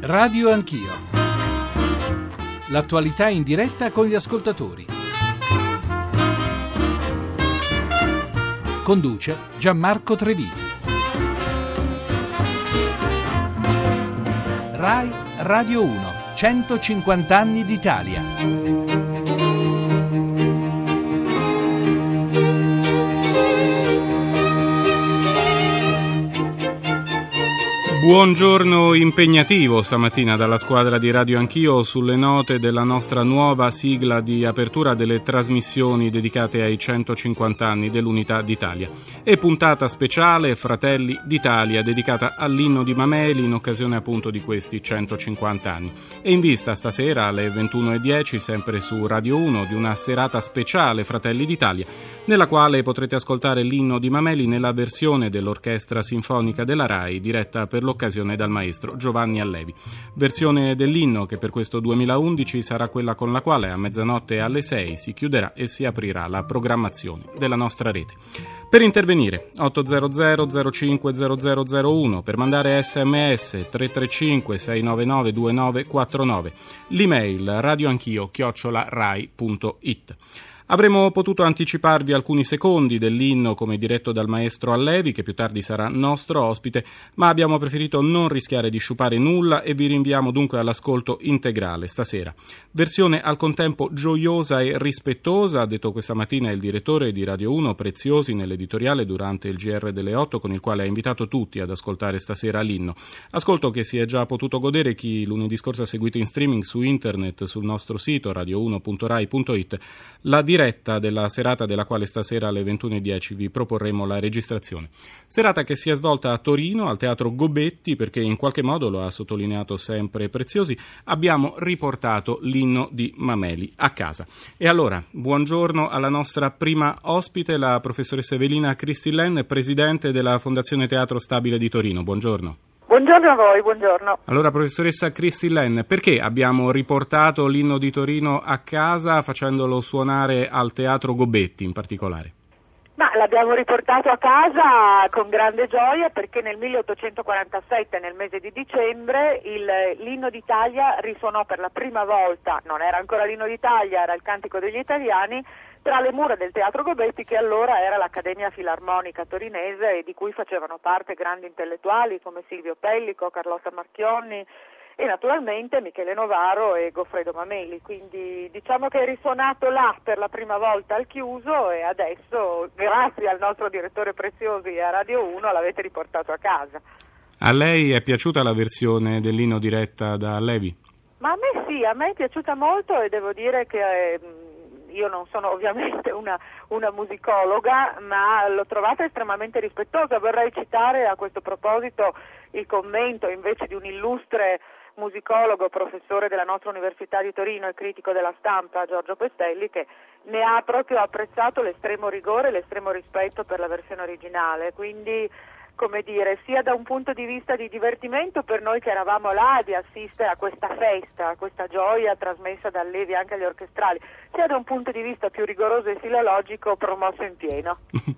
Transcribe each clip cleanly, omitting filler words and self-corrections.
Radio Anch'io. L'attualità in diretta con gli ascoltatori. Conduce Gianmarco Trevisi. Rai Radio 1, 150 anni d'Italia. Buongiorno impegnativo stamattina dalla squadra di Radio Anch'io sulle note della nostra nuova sigla di apertura delle trasmissioni dedicate ai 150 anni dell'Unità d'Italia e puntata speciale Fratelli d'Italia dedicata all'inno di Mameli in occasione appunto di questi 150 anni. E in vista stasera alle 21:10 sempre su Radio 1 di una serata speciale Fratelli d'Italia nella quale potrete ascoltare l'inno di Mameli nella versione dell'Orchestra Sinfonica della Rai diretta per l'occasione dal maestro Giovanni Allevi. Versione dell'inno che per questo 2011 sarà quella con la quale a mezzanotte alle 6 si chiuderà e si aprirà la programmazione della nostra rete. Per intervenire 800 05 0001, per mandare sms 335 699 2949, l'email radioanchio@rai.it. Avremmo potuto anticiparvi alcuni secondi dell'inno come diretto dal maestro Allevi, che più tardi sarà nostro ospite, ma abbiamo preferito non rischiare di sciupare nulla e vi rinviamo dunque all'ascolto integrale stasera. Versione al contempo gioiosa e rispettosa, ha detto questa mattina il direttore di Radio 1 Preziosi nell'editoriale durante il GR delle 8, con il quale ha invitato tutti ad ascoltare stasera l'inno. Ascolto che si è già potuto godere chi lunedì scorso ha seguito in streaming su internet sul nostro sito radio1.rai.it la diretta della serata della quale stasera alle 21:10 vi proporremo la registrazione. Serata che si è svolta a Torino al Teatro Gobetti perché in qualche modo, lo ha sottolineato sempre Preziosi, abbiamo riportato l'inno di Mameli a casa. E allora, buongiorno alla nostra prima ospite, la professoressa Evelina Cristillen, presidente della Fondazione Teatro Stabile di Torino. Buongiorno. Buongiorno a voi, buongiorno. Allora, professoressa Cristillen, perché abbiamo riportato l'inno di Torino a casa facendolo suonare al Teatro Gobetti in particolare? Ma l'abbiamo riportato a casa con grande gioia perché nel 1847, nel mese di dicembre, l'inno d'Italia risuonò per la prima volta, non era ancora l'inno d'Italia, era il Cantico degli Italiani, tra le mura del Teatro Gobetti, che allora era l'Accademia Filarmonica Torinese e di cui facevano parte grandi intellettuali come Silvio Pellico, Carlotta Marchionni e naturalmente Michele Novaro e Goffredo Mameli. Quindi diciamo che è risuonato là per la prima volta al chiuso e adesso, grazie al nostro direttore Preziosi e a Radio 1, l'avete riportato a casa. A lei è piaciuta la versione dell'inno diretta da Allevi? Ma a me sì, a me è piaciuta molto e devo dire che io non sono ovviamente una musicologa, ma l'ho trovata estremamente rispettosa. Vorrei citare a questo proposito il commento invece di un illustre musicologo, professore della nostra Università di Torino e critico della stampa, Giorgio Pestelli, che ne ha proprio apprezzato l'estremo rigore e l'estremo rispetto per la versione originale. Quindi, come dire, sia da un punto di vista di divertimento per noi che eravamo là di assistere a questa festa, a questa gioia trasmessa da Allevi anche agli orchestrali, sia da un punto di vista più rigoroso e filologico promosso in pieno.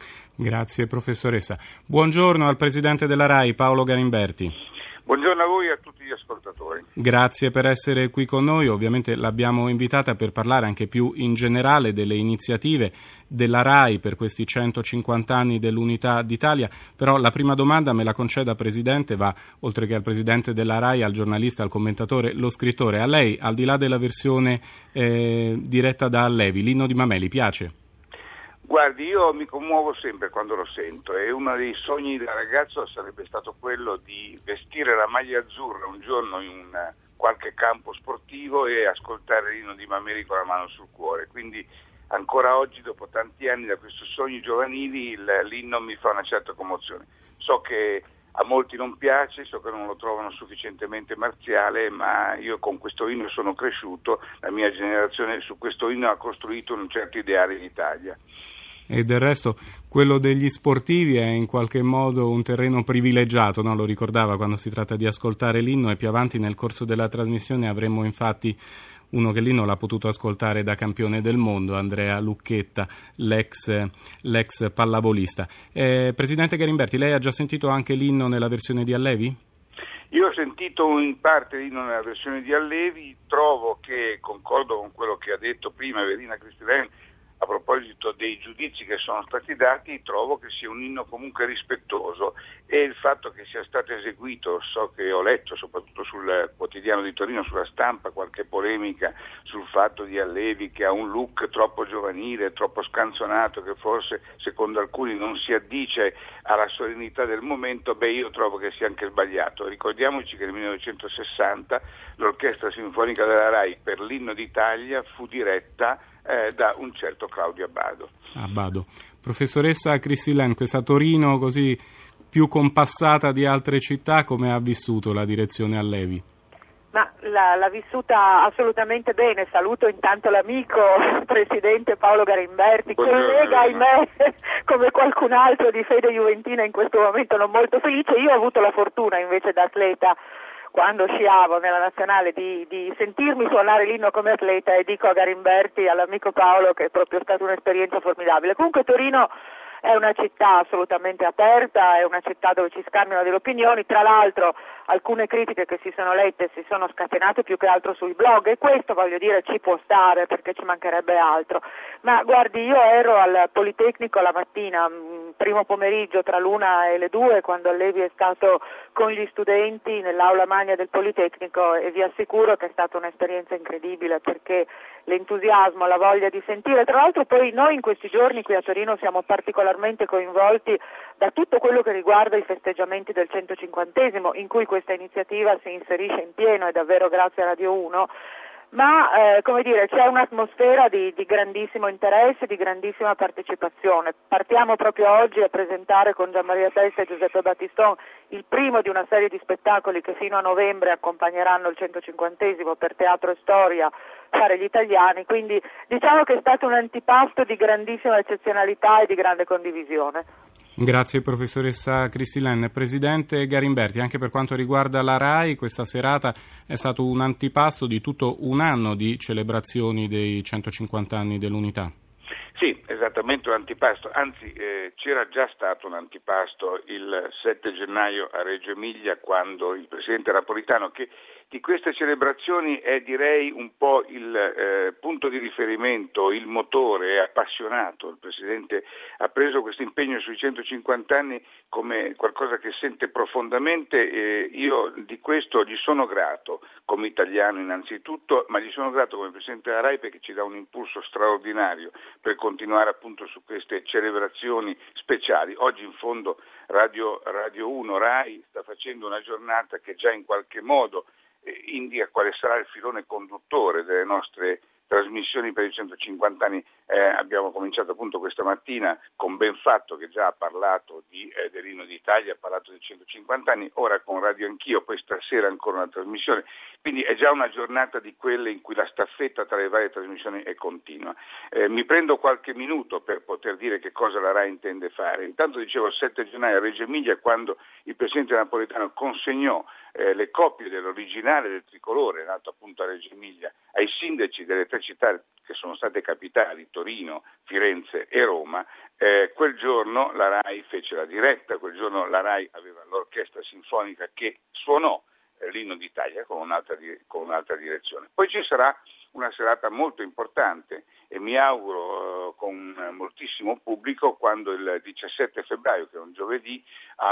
Grazie professoressa. Buongiorno al presidente della Rai, Paolo Garimberti. Buongiorno a voi e a tutti gli ascoltatori. Grazie per essere qui con noi, ovviamente l'abbiamo invitata per parlare anche più in generale delle iniziative della Rai per questi 150 anni dell'Unità d'Italia, però la prima domanda, me la conceda Presidente, va oltre che al Presidente della Rai, al giornalista, al commentatore, lo scrittore. A lei, al di là della versione diretta da Allevi, l'inno di Mameli piace? Guardi, io mi commuovo sempre quando lo sento e uno dei sogni da ragazzo sarebbe stato quello di vestire la maglia azzurra un giorno in qualche campo sportivo e ascoltare l'inno di Mameli con la mano sul cuore. Quindi ancora oggi, dopo tanti anni da questi sogni giovanili, l'inno mi fa una certa commozione. So che a molti non piace, so che non lo trovano sufficientemente marziale, ma io con questo inno sono cresciuto, la mia generazione su questo inno ha costruito un certo ideale d'Italia. E del resto quello degli sportivi è in qualche modo un terreno privilegiato, no? Lo ricordava quando si tratta di ascoltare l'inno, e più avanti nel corso della trasmissione avremmo infatti uno che l'inno l'ha potuto ascoltare da campione del mondo, Andrea Lucchetta, l'ex pallavolista. Presidente Garimberti, lei ha già sentito anche l'inno nella versione di Allevi? Io ho sentito in parte nella versione di Allevi, trovo che, concordo con quello che ha detto prima Evelina Cristilen a proposito dei giudizi che sono stati dati, trovo che sia un inno comunque rispettoso, e il fatto che sia stato eseguito, so che ho letto soprattutto sul quotidiano di Torino, sulla Stampa, qualche polemica sul fatto di Allevi che ha un look troppo giovanile, troppo scanzonato, che forse secondo alcuni non si addice alla solennità del momento. Io trovo che sia anche sbagliato. Ricordiamoci che nel 1960 l'Orchestra Sinfonica della RAI per l'Inno d'Italia fu diretta da un certo Claudio Abbado. Professoressa Cristilen, questa Torino così più compassata di altre città, come ha vissuto la direzione Allevi? Ma l'ha vissuta assolutamente bene. Saluto intanto l'amico presidente Paolo Garimberti, collega ahimè come qualcun altro di fede juventina in questo momento non molto felice. Io ho avuto la fortuna invece da atleta, quando sciavo nella nazionale, di sentirmi suonare l'inno come atleta, e dico a Garimberti, all'amico Paolo, che è proprio stata un'esperienza formidabile. Comunque Torino è una città assolutamente aperta, è una città dove ci scambiano delle opinioni. Tra l'altro alcune critiche che si sono lette si sono scatenate più che altro sui blog, e questo, voglio dire, ci può stare, perché ci mancherebbe altro. Ma guardi, io ero al Politecnico la mattina, primo pomeriggio tra l'1 e le 2, quando Allevi è stato con gli studenti nell'aula magna del Politecnico, e vi assicuro che è stata un'esperienza incredibile, perché l'entusiasmo, la voglia di sentire. Tra l'altro poi noi in questi giorni qui a Torino siamo particolarmente coinvolti da tutto quello che riguarda i festeggiamenti del 150esimo, in cui questa iniziativa si inserisce in pieno, e davvero grazie a Radio 1. Ma come dire, c'è un'atmosfera di grandissimo interesse, di grandissima partecipazione. Partiamo proprio oggi a presentare con Gianmaria Testa e Giuseppe Battiston il primo di una serie di spettacoli che fino a novembre accompagneranno il 150esimo per Teatro e Storia, Fare gli Italiani. Quindi diciamo che è stato un antipasto di grandissima eccezionalità e di grande condivisione. Grazie professoressa Cristilen. Presidente Garimberti, anche per quanto riguarda la RAI, questa serata è stato un antipasto di tutto un anno di celebrazioni dei 150 anni dell'Unità. Sì, esattamente un antipasto, anzi c'era già stato un antipasto il 7 gennaio a Reggio Emilia, quando il presidente Napolitano, che di queste celebrazioni è, direi, un po' il punto di riferimento, il motore, è appassionato. Il presidente ha preso questo impegno sui 150 anni come qualcosa che sente profondamente, e io di questo gli sono grato come italiano innanzitutto, ma gli sono grato come presidente della RAI, perché ci dà un impulso straordinario per continuare appunto su queste celebrazioni speciali. Oggi in fondo Radio 1 RAI sta facendo una giornata che già in qualche modo indica quale sarà il filone conduttore delle nostre trasmissioni per i 150 anni. Abbiamo cominciato appunto questa mattina con Benfatto, che già ha parlato dell'Inno d'Italia, ha parlato di 150 anni, ora con Radio Anch'io, poi stasera ancora una trasmissione, quindi è già una giornata di quelle in cui la staffetta tra le varie trasmissioni è continua. Mi prendo qualche minuto per poter dire che cosa la RAI intende fare. Intanto dicevo, il 7 gennaio a Reggio Emilia, quando il presidente Napolitano consegnò le copie dell'originale del tricolore, nato appunto a Reggio Emilia, ai sindaci delle tre città che sono state capitali, Torino, Firenze e Roma. Quel giorno la RAI fece la diretta, quel giorno la RAI aveva l'orchestra sinfonica che suonò l'Inno d'Italia con un'altra direzione. Poi ci sarà una serata molto importante, e mi auguro con moltissimo pubblico, quando il 17 febbraio, che è un giovedì,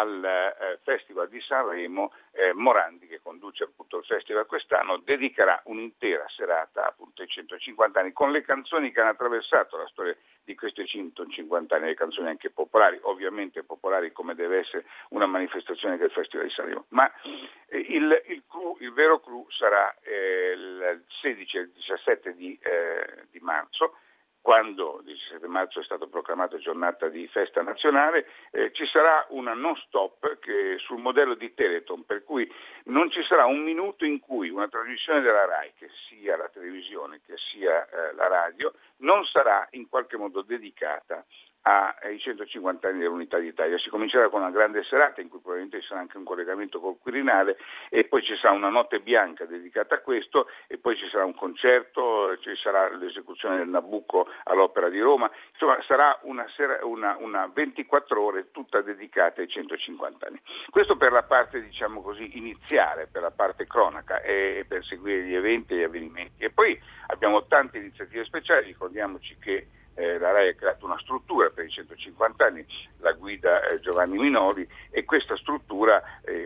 al Festival di Sanremo, Morandi, che conduce appunto il festival quest'anno, dedicherà un'intera serata appunto ai 150 anni, con le canzoni che hanno attraversato la storia di questi 150 anni, le canzoni anche popolari, ovviamente popolari come deve essere una manifestazione del Festival di Sanremo. Ma il vero clou sarà il 16 e il 17 di marzo, quando il 17 marzo è stato proclamato giornata di festa nazionale. Ci sarà una non stop che sul modello di Telethon, per cui non ci sarà un minuto in cui una trasmissione della RAI, che sia la televisione che sia la radio, non sarà in qualche modo dedicata ai 150 anni dell'Unità d'Italia. Si comincerà con una grande serata in cui probabilmente ci sarà anche un collegamento col Quirinale e poi ci sarà una notte bianca dedicata a questo e poi ci sarà un concerto, ci sarà l'esecuzione del Nabucco all'Opera di Roma, insomma sarà una 24 ore tutta dedicata ai 150 anni. Questo per la parte diciamo così iniziale, per la parte cronaca e per seguire gli eventi e gli avvenimenti. E poi abbiamo tante iniziative speciali, ricordiamoci che la RAI ha creato una struttura per i 150 anni, la guida Giovanni Minori, e questa struttura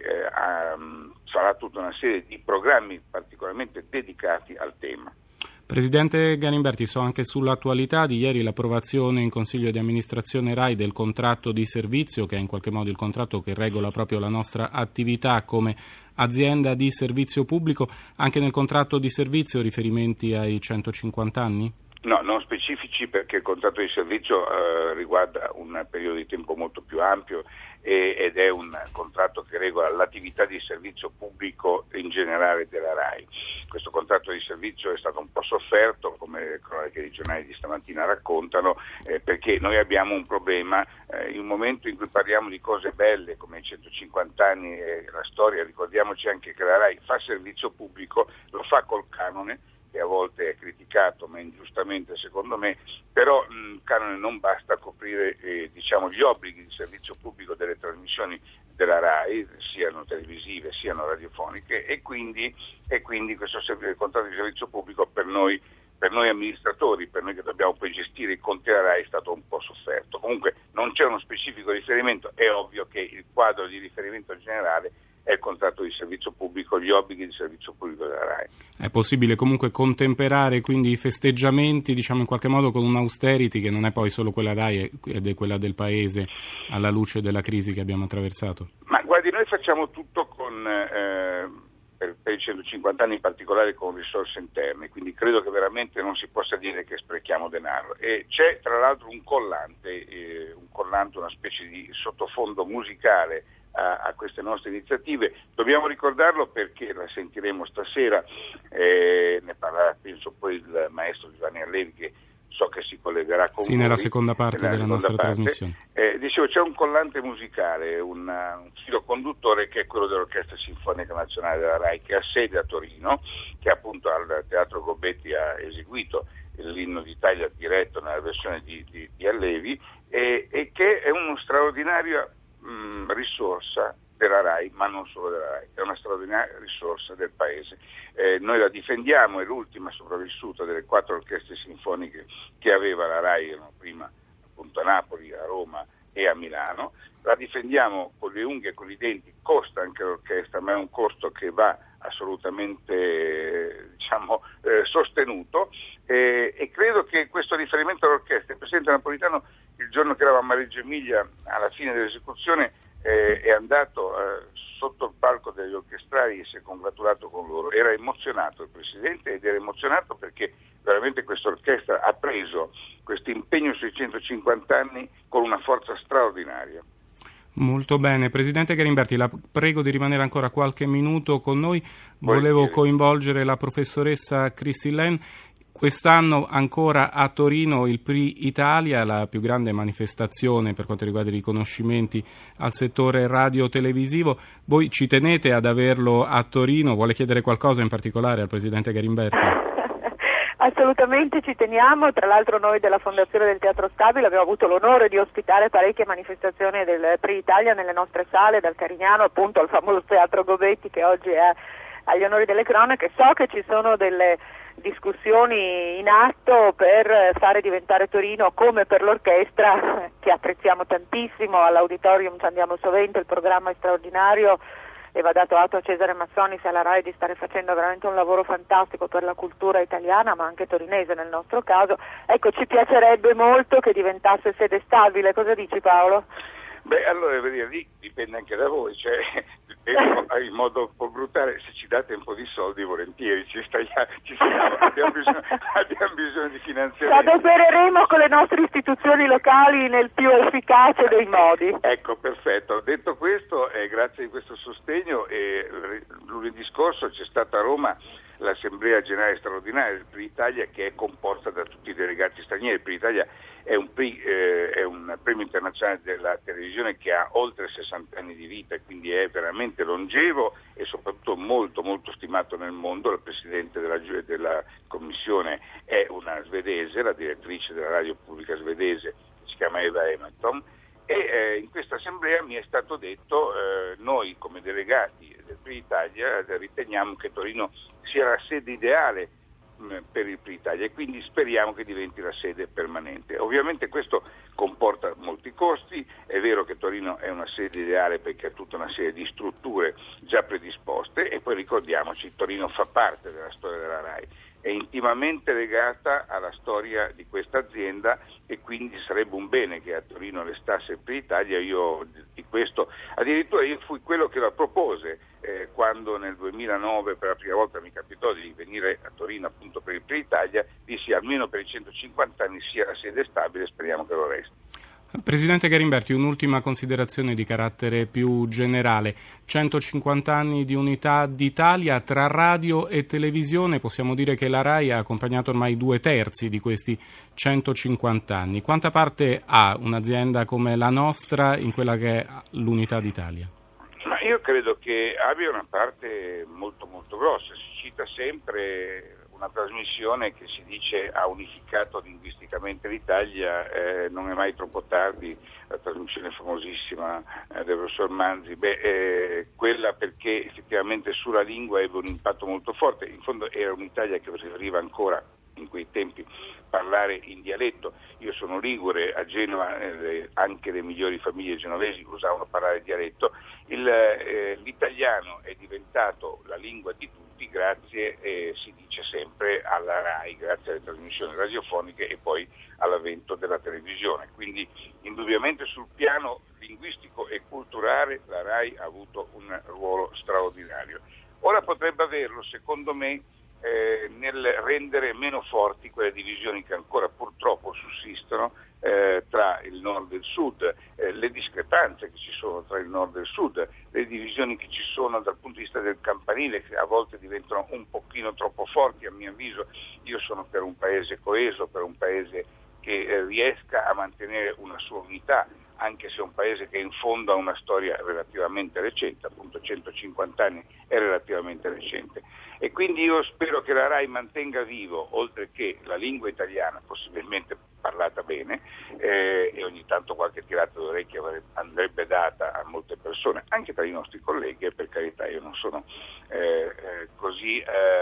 sarà tutta una serie di programmi particolarmente dedicati al tema. Presidente Galimberti, so anche sull'attualità di ieri l'approvazione in Consiglio di amministrazione RAI del contratto di servizio, che è in qualche modo il contratto che regola proprio la nostra attività come azienda di servizio pubblico. Anche nel contratto di servizio riferimenti ai 150 anni? No, non specifici, perché il contratto di servizio riguarda un periodo di tempo molto più ampio ed è un contratto che regola l'attività di servizio pubblico in generale della RAI. Questo contratto di servizio è stato un po' sofferto, come le cronache dei giornali di stamattina raccontano, perché noi abbiamo un problema. In un momento in cui parliamo di cose belle come i 150 anni e la storia, ricordiamoci anche che la RAI fa servizio pubblico, lo fa col canone, che a volte è criticato, ma ingiustamente secondo me, però il canone non basta a coprire gli obblighi di servizio pubblico delle trasmissioni della RAI, siano televisive siano radiofoniche, e quindi questo contratto di servizio pubblico per noi amministratori, per noi che dobbiamo poi gestire i conti della RAI, è stato un po' sofferto. Comunque non c'è uno specifico riferimento, è ovvio che il quadro di riferimento generale è il contratto di servizio pubblico, gli obblighi di servizio pubblico della RAI. È possibile comunque contemperare quindi i festeggiamenti, diciamo in qualche modo, con un'austerity che non è poi solo quella RAI ed è quella del Paese alla luce della crisi che abbiamo attraversato? Ma guardi, noi facciamo tutto per i 150 anni in particolare con risorse interne, quindi credo che veramente non si possa dire che sprechiamo denaro. E c'è tra l'altro un collante, una specie di sottofondo musicale a queste nostre iniziative. Dobbiamo ricordarlo perché la sentiremo stasera, ne parlerà penso poi il maestro Giovanni Allevi, che so che si collegherà con voi. Nella seconda parte della nostra trasmissione. Dicevo, c'è un collante musicale, un filo conduttore, che è quello dell'Orchestra Sinfonica Nazionale della RAI, che ha sede a Torino, che appunto al Teatro Gobetti ha eseguito l'Inno d'Italia diretto nella versione di Allevi, e che è uno straordinario risorsa della RAI, ma non solo della RAI, è una straordinaria risorsa del Paese. Noi la difendiamo, è l'ultima sopravvissuta delle 4 orchestre sinfoniche che aveva la RAI, erano prima appunto a Napoli, a Roma e a Milano. La difendiamo con le unghie e con i denti, costa anche l'orchestra, ma è un costo che va assolutamente sostenuto, e credo che questo riferimento all'orchestra, il Presidente Napolitano il giorno che eravamo a Reggio Emilia alla fine dell'esecuzione è andato sotto il palco degli orchestrali e si è congratulato con loro. Era emozionato il Presidente, ed era emozionato perché veramente questa orchestra ha preso questo impegno sui 150 anni con una forza straordinaria. Molto bene. Presidente Galimberti, la prego di rimanere ancora qualche minuto con noi. Volevo coinvolgere la professoressa Christine. Quest'anno ancora a Torino il PRI Italia, la più grande manifestazione per quanto riguarda i riconoscimenti al settore radio-televisivo. Voi ci tenete ad averlo a Torino? Vuole chiedere qualcosa in particolare al Presidente Galimberti? Assolutamente ci teniamo, tra l'altro noi della Fondazione del Teatro Stabile abbiamo avuto l'onore di ospitare parecchie manifestazioni del PRI Italia nelle nostre sale, dal Carignano appunto al famoso Teatro Gobetti che oggi è agli onori delle cronache. So che ci sono delle discussioni in atto per fare diventare Torino, come per l'orchestra che apprezziamo tantissimo, all'Auditorium ci andiamo sovente, il programma è straordinario e va dato atto a Cesare Massonis e alla RAI di stare facendo veramente un lavoro fantastico per la cultura italiana, ma anche torinese nel nostro caso. Ecco, ci piacerebbe molto che diventasse sede stabile. Cosa dici, Paolo? Beh, allora lì dipende anche da voi, cioè in modo un po' brutale, se ci date un po' di soldi volentieri ci stiamo, abbiamo bisogno di finanziamento. Ci adopereremo con le nostre istituzioni locali nel più efficace dei modi. Ecco, perfetto. Detto questo, grazie di questo sostegno, lunedì scorso c'è stata a Roma l'Assemblea Generale Straordinaria del PRI Italia, che è composta da tutti i delegati stranieri. Il PRI Italia è un premio internazionale della televisione che ha oltre 60 anni di vita, quindi è veramente longevo e soprattutto molto molto stimato nel mondo. La Presidente della Commissione è una svedese, la direttrice della radio pubblica svedese, si chiama Eva Emerton, e in questa assemblea mi è stato detto, noi come delegati del PRI Italia riteniamo che Torino sia la sede ideale per il PRI Italia e quindi speriamo che diventi la sede permanente. Ovviamente questo comporta molti costi, è vero che Torino è una sede ideale perché ha tutta una serie di strutture già predisposte, e poi ricordiamoci, Torino fa parte della storia della RAI, è intimamente legata alla storia di questa azienda e quindi sarebbe un bene che a Torino restasse il PRI Italia. Io di questo, addirittura io fui quello che la propose quando nel 2009 per la prima volta mi capitò di venire a Torino appunto per il PRI Italia, dissi almeno per i 150 anni sia la sede stabile, speriamo che lo resti. Presidente Garimberti, un'ultima considerazione di carattere più generale. 150 anni di unità d'Italia tra radio e televisione, possiamo dire che la RAI ha accompagnato ormai 2/3 di questi 150 anni. Quanta parte ha un'azienda come la nostra in quella che è l'unità d'Italia? Ma io credo che abbia una parte molto molto grossa. Si cita sempre una trasmissione che si dice ha unificato linguisticamente l'Italia, non è mai troppo tardi, la trasmissione famosissima del professor Manzi, quella perché effettivamente sulla lingua ebbe un impatto molto forte. In fondo era un'Italia che preferiva ancora in quei tempi parlare in dialetto. Io sono ligure, a Genova anche le migliori famiglie genovesi usavano parlare dialetto. L'italiano è diventato la lingua di tutti grazie, si dice sempre, alla RAI, grazie alle trasmissioni radiofoniche e poi all'avvento della televisione. Quindi indubbiamente sul piano linguistico e culturale la RAI ha avuto un ruolo straordinario. Ora potrebbe averlo, secondo me, nel rendere meno forti quelle divisioni che ancora purtroppo sussistono tra il nord e il sud, le discrepanze che ci sono tra il nord e il sud, le divisioni che ci sono dal punto di vista del campanile, che a volte diventano un pochino troppo forti a mio avviso. Io sono per un paese coeso, per un paese che riesca a mantenere una sua unità, anche se è un paese che in fondo ha una storia relativamente recente, appunto 150 anni è relativamente recente. E quindi io spero che la RAI mantenga vivo, oltre che la lingua italiana, possibilmente parlata bene, e ogni tanto qualche tirata d'orecchie andrebbe data a molte persone, anche tra i nostri colleghi, e per carità io non sono così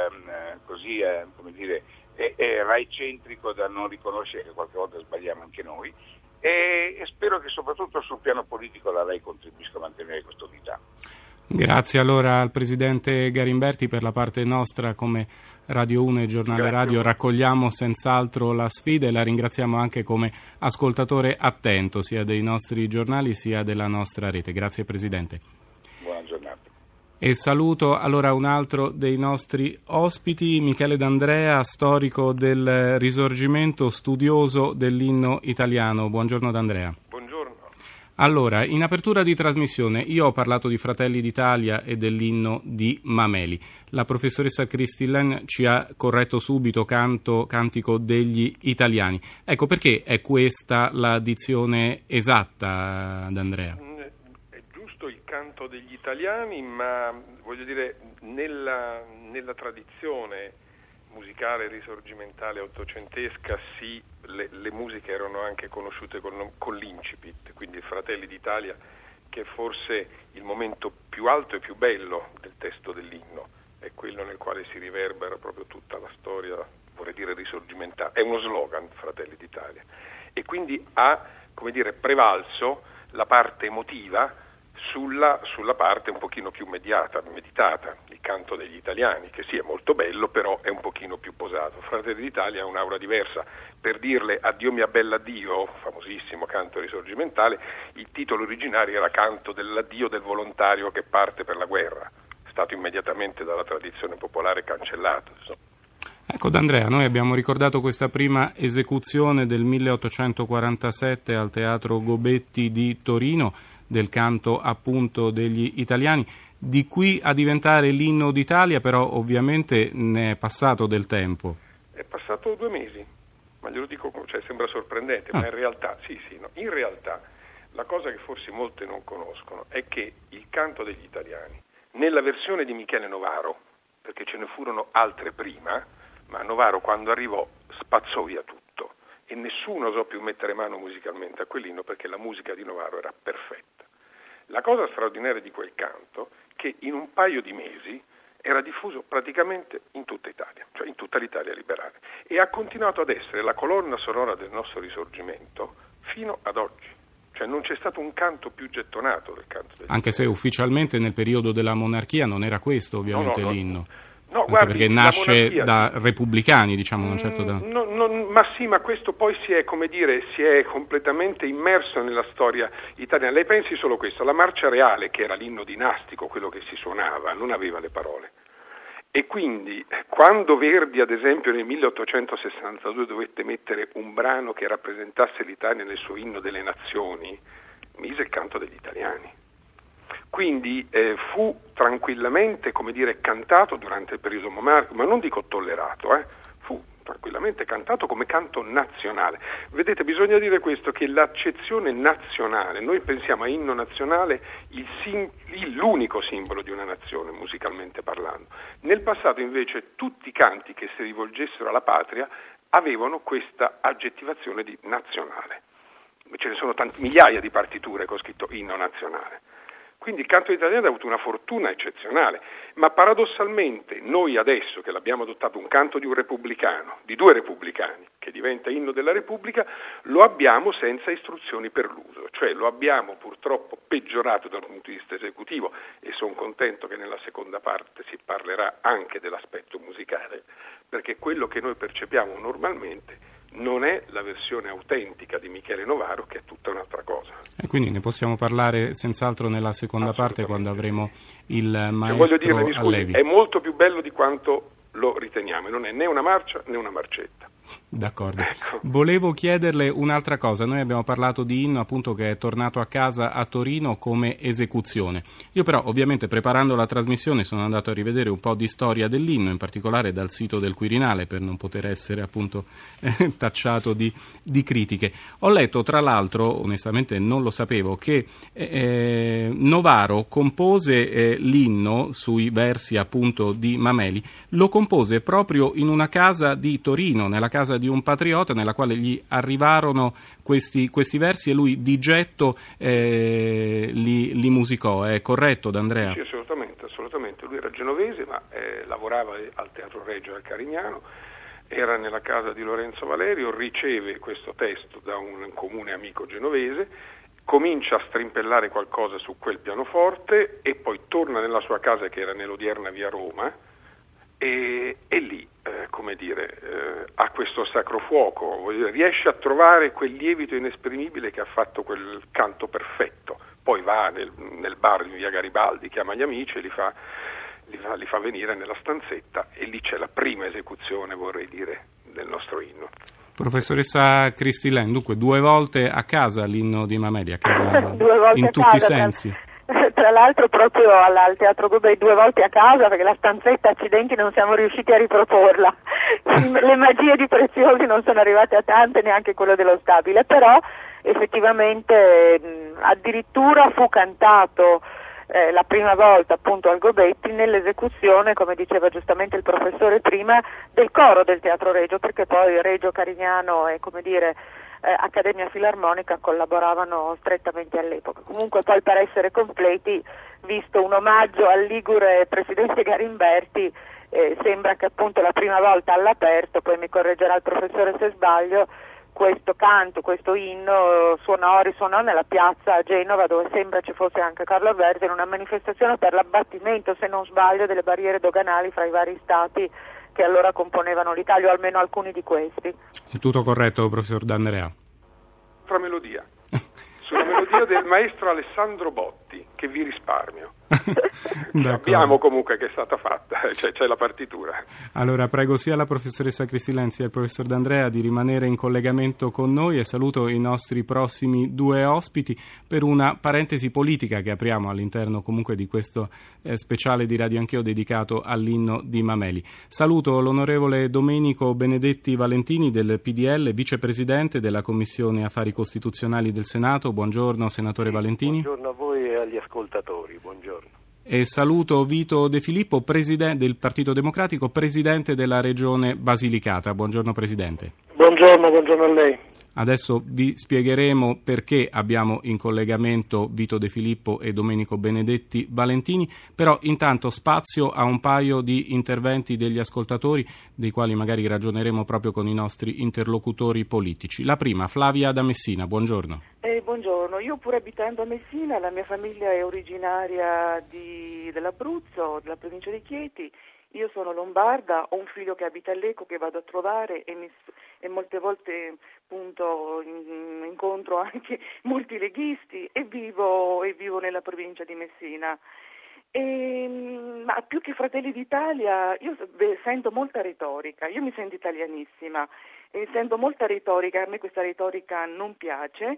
come dire, RAI-centrico da non riconoscere che qualche volta sbagliamo anche noi, e spero che soprattutto sul piano politico la RAI contribuisca a mantenere questa unità. Grazie allora al Presidente Garimberti. Per la parte nostra come Radio 1 e Giornale Radio raccogliamo senz'altro la sfida e la ringraziamo anche come ascoltatore attento sia dei nostri giornali sia della nostra rete. Grazie Presidente. Buona giornata. E saluto allora un altro dei nostri ospiti, Michele D'Andrea, storico del Risorgimento, studioso dell'inno italiano. Buongiorno D'Andrea. Allora, in apertura di trasmissione io ho parlato di Fratelli d'Italia e dell'inno di Mameli. La professoressa Cristillen ci ha corretto subito cantico degli italiani. Ecco, perché è questa la dizione esatta, D'Andrea? È giusto il canto degli italiani, ma voglio dire, nella tradizione musicale risorgimentale ottocentesca sì, le musiche erano anche conosciute con l'incipit, quindi Fratelli d'Italia, che è forse il momento più alto e più bello del testo dell'inno, è quello nel quale si riverbera proprio tutta la storia, vorrei dire, risorgimentale. È uno slogan, Fratelli d'Italia, e quindi ha, come dire, prevalso la parte emotiva sulla parte un pochino più meditata, il canto degli italiani, che sì è molto bello, però è un pochino più posato. Fratelli d'Italia ha un'aura diversa. Per dirle addio mia bella addio, famosissimo canto risorgimentale, il titolo originario era Canto dell'addio del volontario che parte per la guerra, è stato immediatamente dalla tradizione popolare cancellato. Ecco D'Andrea, noi abbiamo ricordato questa prima esecuzione del 1847 al Teatro Gobetti di Torino, del canto appunto degli italiani. Di qui a diventare l'inno d'Italia però ovviamente ne è passato del tempo. È passato 2 mesi, ma glielo dico, sembra sorprendente, ma in realtà, in realtà la cosa che forse molte non conoscono è che il canto degli italiani, nella versione di Michele Novaro, perché ce ne furono altre prima, ma Novaro quando arrivò spazzò via tutto e nessuno osò più mettere mano musicalmente a quell'inno perché la musica di Novaro era perfetta. La cosa straordinaria di quel canto è che in un paio di mesi era diffuso praticamente in tutta Italia, cioè in tutta l'Italia liberale, e ha continuato ad essere la colonna sonora del nostro risorgimento fino ad oggi. Cioè non c'è stato un canto più gettonato del canto degli Anche se ufficialmente nel periodo della monarchia non era questo ovviamente l'inno. No, anche guardi, perché nasce da repubblicani, diciamo, non certo da... ma questo poi si è completamente immerso nella storia italiana. Lei pensi solo questo, la marcia reale, che era l'inno dinastico, quello che si suonava, non aveva le parole. E quindi quando Verdi, ad esempio, nel 1862 dovette mettere un brano che rappresentasse l'Italia nel suo inno delle nazioni, mise il canto degli italiani. Quindi fu tranquillamente, cantato durante il periodo monarchico, ma non dico tollerato, fu tranquillamente cantato come canto nazionale. Vedete, bisogna dire questo, che l'accezione nazionale, noi pensiamo a inno nazionale l'unico simbolo di una nazione, musicalmente parlando. Nel passato invece tutti i canti che si rivolgessero alla patria avevano questa aggettivazione di nazionale. Ce ne sono migliaia di partiture con scritto inno nazionale. Quindi il canto italiano ha avuto una fortuna eccezionale, ma paradossalmente noi adesso che l'abbiamo adottato un canto di un repubblicano, di 2 repubblicani, che diventa inno della Repubblica, lo abbiamo senza istruzioni per l'uso, cioè lo abbiamo purtroppo peggiorato dal punto di vista esecutivo e sono contento che nella seconda parte si parlerà anche dell'aspetto musicale, perché quello che noi percepiamo normalmente non è la versione autentica di Michele Novaro, che è tutta un'altra cosa. E quindi ne possiamo parlare senz'altro nella seconda parte, quando avremo il maestro Allevi. È molto più bello di quanto lo riteniamo, non è né una marcia né una marcetta. D'accordo. Ecco. Volevo chiederle un'altra cosa. Noi abbiamo parlato di inno appunto che è tornato a casa a Torino come esecuzione. Io però ovviamente preparando la trasmissione sono andato a rivedere un po' di storia dell'inno, in particolare dal sito del Quirinale, per non poter essere appunto tacciato di critiche. Ho letto tra l'altro, onestamente non lo sapevo, che Novaro compose l'inno sui versi appunto di Mameli, lo compose proprio in una casa di Torino, nella casa di un patriota, nella quale gli arrivarono questi versi e lui di getto li musicò. È corretto, D'Andrea? Sì, assolutamente. Lui era genovese, ma lavorava al Teatro Regio al Carignano, era nella casa di Lorenzo Valerio, riceve questo testo da un comune amico genovese, comincia a strimpellare qualcosa su quel pianoforte e poi torna nella sua casa, che era nell'odierna via Roma, e lì, ha questo sacro fuoco, riesce a trovare quel lievito inesprimibile che ha fatto quel canto perfetto. Poi va nel bar di via Garibaldi, chiama gli amici e li fa venire nella stanzetta, e lì c'è la prima esecuzione, vorrei dire, del nostro inno. Professoressa Cristillen, dunque 2 volte a casa l'inno di Mameli, a casa in tutti i sensi. Tra l'altro proprio al Teatro Gobetti 2 volte a casa, perché la stanzetta, accidenti, non siamo riusciti a riproporla. Le magie di Preziosi non sono arrivate a tante, neanche quello dello Stabile, però effettivamente addirittura fu cantato la prima volta appunto al Gobetti nell'esecuzione, come diceva giustamente il professore prima, del coro del Teatro Regio, perché poi Regio Carignano e Accademia Filarmonica collaboravano strettamente all'epoca. Comunque poi, per essere completi, visto un omaggio al ligure presidente Garimberti, sembra che appunto la prima volta all'aperto, poi mi correggerà il professore se sbaglio, questo canto, questo inno risuonò nella piazza a Genova, dove sembra ci fosse anche Carlo Alberti, in una manifestazione per l'abbattimento, se non sbaglio, delle barriere doganali fra i vari stati che allora componevano l'Italia, o almeno alcuni di questi. È tutto corretto, professor D'Andrea? Sulla melodia del maestro Alessandro Botti, che vi risparmio. Sappiamo comunque che è stata fatta, c'è la partitura. Allora prego sia la professoressa Cristilen sia il professor D'Andrea di rimanere in collegamento con noi e saluto i nostri prossimi due ospiti per una parentesi politica che apriamo all'interno comunque di questo speciale di Radio Anch'io dedicato all'inno di Mameli. Saluto l'onorevole Domenico Benedetti Valentini del PDL, vicepresidente della Commissione Affari Costituzionali del Senato. Buongiorno senatore Valentini. Buongiorno a voi e agli ascoltatori, buongiorno. E saluto Vito De Filippo, presidente del Partito Democratico, presidente della Regione Basilicata. Buongiorno presidente. Buongiorno a lei. Adesso vi spiegheremo perché abbiamo in collegamento Vito De Filippo e Domenico Benedetti Valentini, però intanto spazio a un paio di interventi degli ascoltatori, dei quali magari ragioneremo proprio con i nostri interlocutori politici. La prima, Flavia da Messina, buongiorno. Buongiorno, io pur abitando a Messina, la mia famiglia è originaria dell'Abruzzo, della provincia di Chieti. Io sono lombarda, ho un figlio che abita a Lecco che vado a trovare e molte volte appunto incontro anche molti leghisti e vivo nella provincia di Messina. Ma più che Fratelli d'Italia io sento molta retorica, io mi sento italianissima e sento molta retorica, a me questa retorica non piace.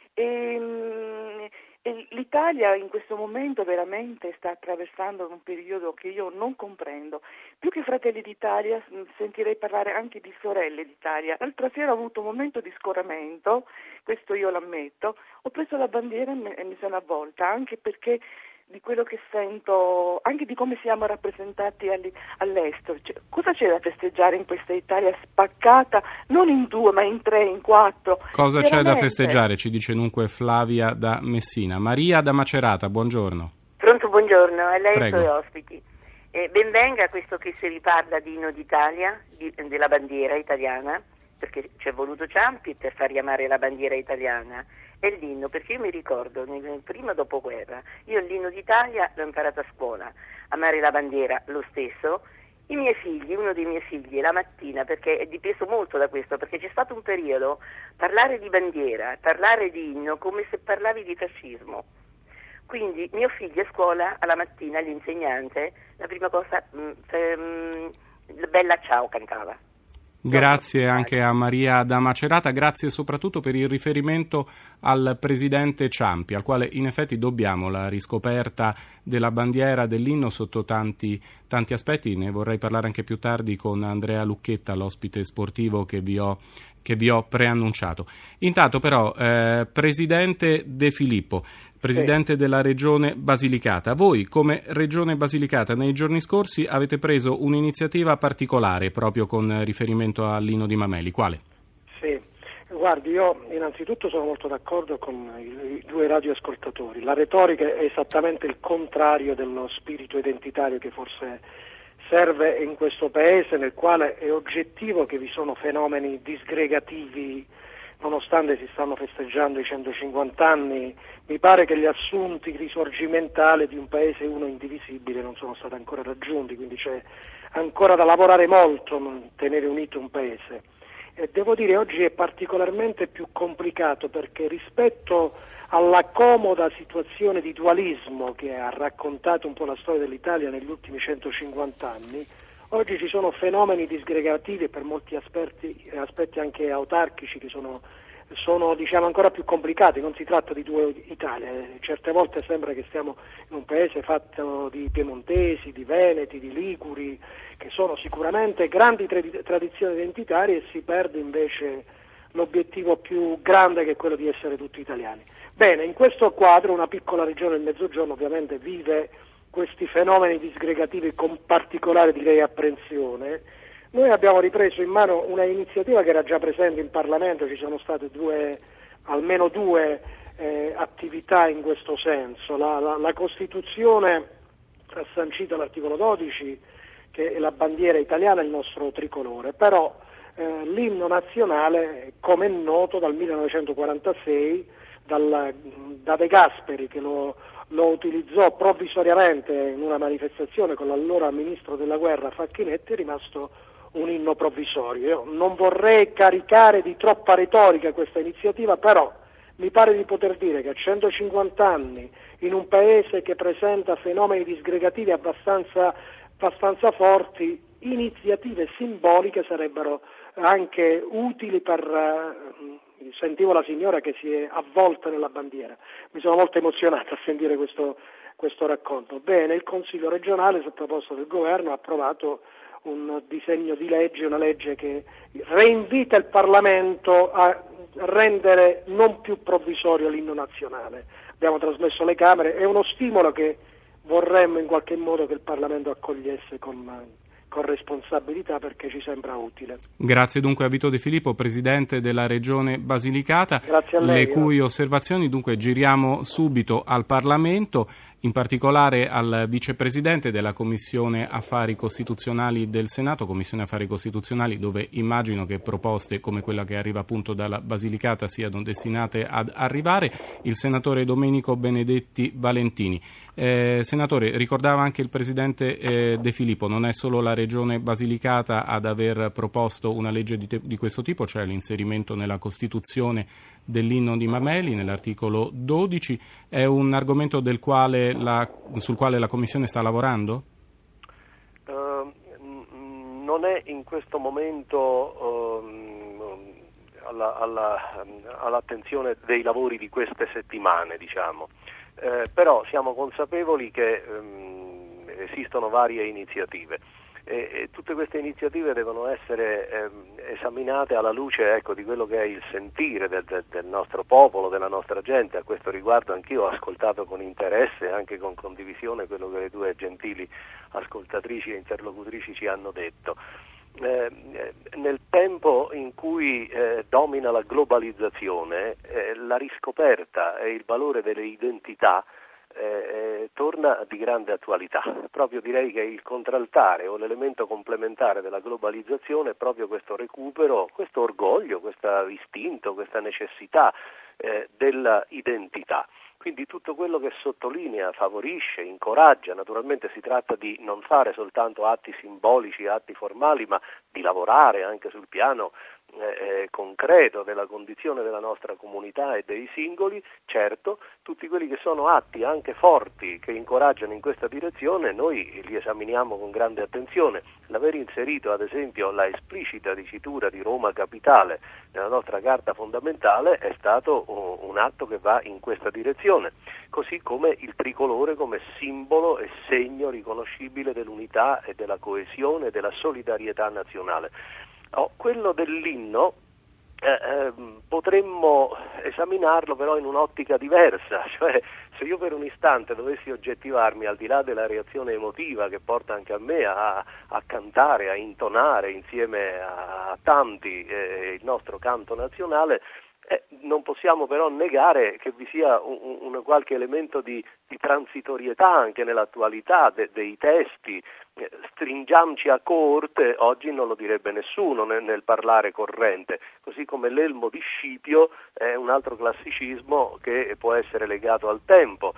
E l'Italia in questo momento veramente sta attraversando un periodo che io non comprendo. Più che Fratelli d'Italia sentirei parlare anche di Sorelle d'Italia. L'altra sera ho avuto un momento di scoramento, questo io l'ammetto, ho preso la bandiera e mi sono avvolta, anche perché di quello che sento, anche di come siamo rappresentati all'estero. Cosa c'è da festeggiare in questa Italia spaccata, non in 2 ma in 3, in 4? Cosa c'è da festeggiare? Ci dice dunque Flavia da Messina. Maria da Macerata, buongiorno. Pronto, buongiorno, a lei e ai Prego. suoi ospiti. Benvenga questo che si riparla di inno d'Italia, della bandiera italiana, perché ci è voluto Ciampi per far chiamare la bandiera italiana. È l'inno, perché io mi ricordo, nel primo dopoguerra, io l'inno d'Italia l'ho imparato a scuola, amare la bandiera lo stesso. I miei figli, uno dei miei figli, la mattina, perché è dipeso molto da questo, perché c'è stato un periodo, parlare di bandiera, parlare di inno, come se parlavi di fascismo. Quindi mio figlio a scuola, alla mattina, l'insegnante, la prima cosa, bella ciao cantava. Grazie anche a Maria da Macerata, grazie soprattutto per il riferimento al presidente Ciampi, al quale in effetti dobbiamo la riscoperta della bandiera, dell'inno sotto tanti aspetti. Ne vorrei parlare anche più tardi con Andrea Lucchetta, l'ospite sportivo che vi ho preannunciato. Intanto però, presidente De Filippo, presidente della Regione Basilicata, voi come Regione Basilicata nei giorni scorsi avete preso un'iniziativa particolare proprio con riferimento all'inno di Mameli. Quale? Sì, guardi, io innanzitutto sono molto d'accordo con i due radioascoltatori. La retorica è esattamente il contrario dello spirito identitario che forse serve in questo paese, nel quale è oggettivo che vi sono fenomeni disgregativi. Nonostante si stanno festeggiando i 150 anni, mi pare che gli assunti risorgimentali di un paese uno indivisibile non sono stati ancora raggiunti, quindi c'è ancora da lavorare molto per tenere unito un paese. E devo dire oggi è particolarmente più complicato perché rispetto alla comoda situazione di dualismo che ha raccontato un po' la storia dell'Italia negli ultimi 150 anni, oggi ci sono fenomeni disgregativi e per molti aspetti anche autarchici che sono diciamo ancora più complicati. Non si tratta di due Italie, certe volte sembra che stiamo in un paese fatto di piemontesi, di veneti, di liguri, che sono sicuramente grandi tradizioni identitarie, e si perde invece l'obiettivo più grande che è quello di essere tutti italiani. Bene, in questo quadro una piccola regione del Mezzogiorno ovviamente vive questi fenomeni disgregativi con particolare, direi, apprensione. Noi abbiamo ripreso in mano una iniziativa che era già presente in Parlamento, ci sono state almeno due attività in questo senso. La Costituzione ha sancito all'articolo 12 che la bandiera italiana è il nostro tricolore, però l'inno nazionale, come è noto, dal 1946, da De Gasperi, che lo utilizzò provvisoriamente in una manifestazione con l'allora ministro della guerra Facchinetti, è rimasto un inno provvisorio. Io non vorrei caricare di troppa retorica questa iniziativa, però mi pare di poter dire che a 150 anni in un paese che presenta fenomeni disgregativi abbastanza forti, iniziative simboliche sarebbero anche utili sentivo la signora che si è avvolta nella bandiera, mi sono molto emozionato a sentire questo racconto. Bene, il Consiglio regionale, su proposta del governo, ha approvato un disegno di legge, una legge che reinvita il Parlamento a rendere non più provvisorio l'inno nazionale. Abbiamo trasmesso alle Camere, è uno stimolo che vorremmo in qualche modo che il Parlamento accogliesse con responsabilità, perché ci sembra utile. Grazie dunque a Vito De Filippo, Presidente della Regione Basilicata. Grazie a lei. Le cui osservazioni dunque giriamo subito al Parlamento, in particolare al Vicepresidente della Commissione Affari Costituzionali del Senato, Commissione Affari Costituzionali dove immagino che proposte come quella che arriva appunto dalla Basilicata siano destinate ad arrivare, il senatore Domenico Benedetti Valentini. Senatore, ricordava anche il Presidente De Filippo, non è solo la Regione Basilicata ad aver proposto una legge di questo tipo, cioè l'inserimento nella Costituzione dell'inno di Mameli nell'articolo 12, è un argomento sul quale la Commissione sta lavorando? Non è in questo momento all'attenzione dei lavori di queste settimane, diciamo. Però siamo consapevoli che esistono varie iniziative e tutte queste iniziative devono essere esaminate alla luce, di quello che è il sentire del nostro popolo, della nostra gente. A questo riguardo anch'io ho ascoltato con interesse e anche con condivisione quello che le due gentili ascoltatrici e interlocutrici ci hanno detto. Nel tempo in cui domina la globalizzazione, la riscoperta e il valore delle identità torna di grande attualità. Proprio direi che il contraltare o l'elemento complementare della globalizzazione è proprio questo recupero, questo orgoglio, questo istinto, questa necessità della identità. Quindi tutto quello che sottolinea, favorisce, incoraggia, naturalmente si tratta di non fare soltanto atti simbolici, atti formali, ma di lavorare anche sul piano concreto della condizione della nostra comunità e dei singoli. Certo, tutti quelli che sono atti anche forti che incoraggiano in questa direzione noi li esaminiamo con grande attenzione. L'aver inserito ad esempio la esplicita dicitura di Roma Capitale nella nostra Carta fondamentale è stato un atto che va in questa direzione, così come il tricolore come simbolo e segno riconoscibile dell'unità e della coesione e della solidarietà nazionale. Quello dell'inno potremmo esaminarlo però in un'ottica diversa, cioè se io per un istante dovessi oggettivarmi al di là della reazione emotiva che porta anche a me a cantare, a intonare insieme a tanti il nostro canto nazionale, non possiamo però negare che vi sia un qualche elemento di transitorietà anche nell'attualità dei testi. Stringiamoci a coorte, oggi non lo direbbe nessuno nel parlare corrente, così come l'elmo di Scipio è un altro classicismo che può essere legato al tempo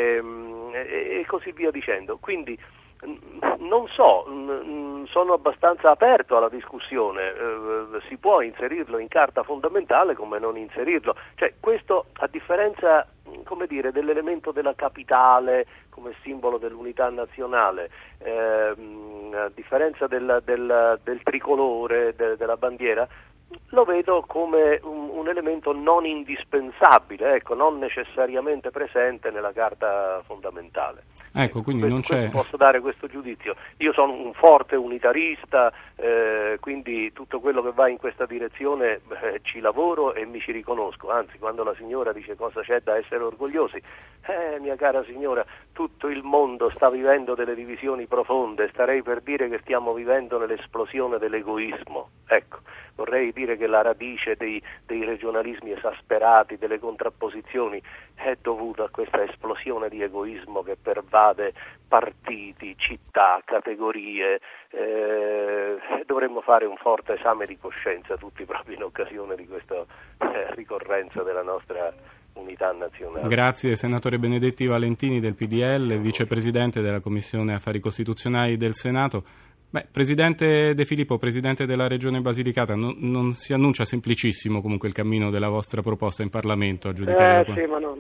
e così via dicendo. Quindi non so, sono abbastanza aperto alla discussione, si può inserirlo in carta fondamentale come non inserirlo, cioè questo a differenza dell'elemento della capitale come simbolo dell'unità nazionale, a differenza del tricolore, della bandiera, lo vedo come un elemento non indispensabile, non necessariamente presente nella carta fondamentale. Quindi non c'è. Posso dare questo giudizio. Io sono un forte unitarista, quindi tutto quello che va in questa direzione ci lavoro e mi ci riconosco. Anzi, quando la signora dice cosa c'è da essere orgogliosi, mia cara signora, tutto il mondo sta vivendo delle divisioni profonde, starei per dire che stiamo vivendo nell'esplosione dell'egoismo. Vorrei dire che la radice dei regionalismi esasperati, delle contrapposizioni, è dovuta a questa esplosione di egoismo che pervade partiti, città, categorie. Dovremmo fare un forte esame di coscienza tutti proprio in occasione di questa ricorrenza della nostra unità nazionale. Grazie senatore Benedetti Valentini del PDL, vicepresidente della Commissione Affari Costituzionali del Senato. Presidente De Filippo, Presidente della Regione Basilicata, non si annuncia semplicissimo comunque il cammino della vostra proposta in Parlamento? A giudicare sì, ma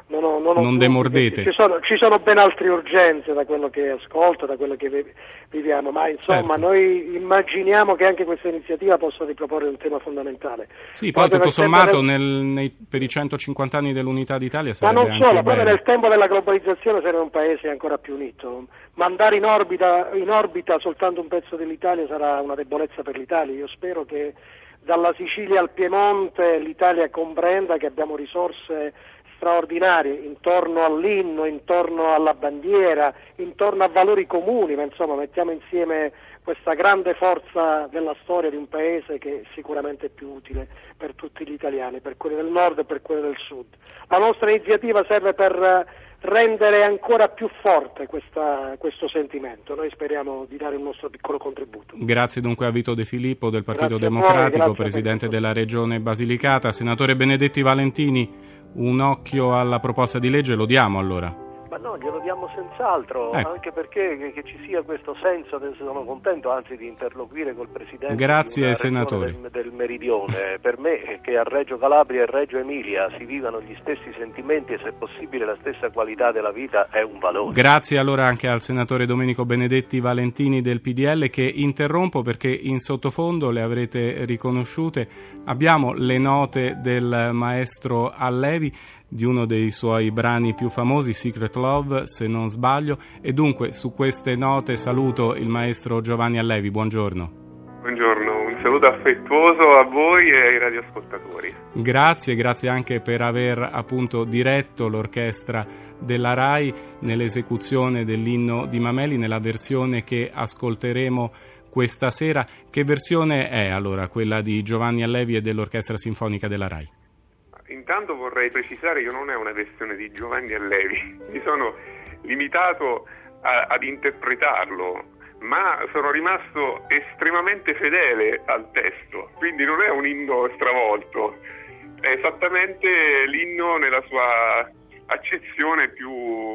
non demordete. Ci sono ben altre urgenze da quello che ascolto, da quello che viviamo, ma insomma certo. Noi immaginiamo che anche questa iniziativa possa riproporre un tema fondamentale. Sì, poi tutto sommato per i 150 anni dell'Unità d'Italia sarebbe ma non anche solo, bello. proprio nel tempo della globalizzazione sarebbe un paese ancora più unito. Mandare in orbita soltanto un pezzo dell'Italia sarà una debolezza per l'Italia. Io spero che dalla Sicilia al Piemonte l'Italia comprenda che abbiamo risorse straordinarie intorno all'inno, intorno alla bandiera, intorno a valori comuni, ma insomma mettiamo insieme questa grande forza della storia di un paese che sicuramente è più utile per tutti gli italiani, per quelli del nord e per quelli del sud. La nostra iniziativa serve per rendere ancora più forte questo sentimento. Noi speriamo di dare il nostro piccolo contributo. Grazie dunque a Vito De Filippo del Partito Grazie Democratico, voi, Presidente della Regione Basilicata. Senatore Benedetti Valentini, un occhio alla proposta di legge lo diamo allora? Ma no, glielo diamo senz'altro, ecco. Anche perché che ci sia questo senso, adesso sono contento anzi di interloquire col Presidente Grazie, senatore. del Meridione. Per me che a Reggio Calabria e Reggio Emilia si vivano gli stessi sentimenti e se possibile la stessa qualità della vita è un valore. Grazie allora anche al senatore Domenico Benedetti Valentini del PDL, che interrompo perché in sottofondo le avrete riconosciute. Abbiamo le note del maestro Allevi, di uno dei suoi brani più famosi, Secret Love, se non sbaglio, e dunque su queste note saluto il maestro Giovanni Allevi. Buongiorno. Buongiorno, un saluto affettuoso a voi e ai radioascoltatori. Grazie anche per aver appunto diretto l'orchestra della RAI nell'esecuzione dell'inno di Mameli, nella versione che ascolteremo questa sera. Che versione è allora quella di Giovanni Allevi e dell'Orchestra Sinfonica della RAI? Intanto vorrei precisare che non è una versione di Giovanni Allevi, mi sono limitato ad interpretarlo, ma sono rimasto estremamente fedele al testo, quindi non è un inno stravolto, è esattamente l'inno nella sua accezione più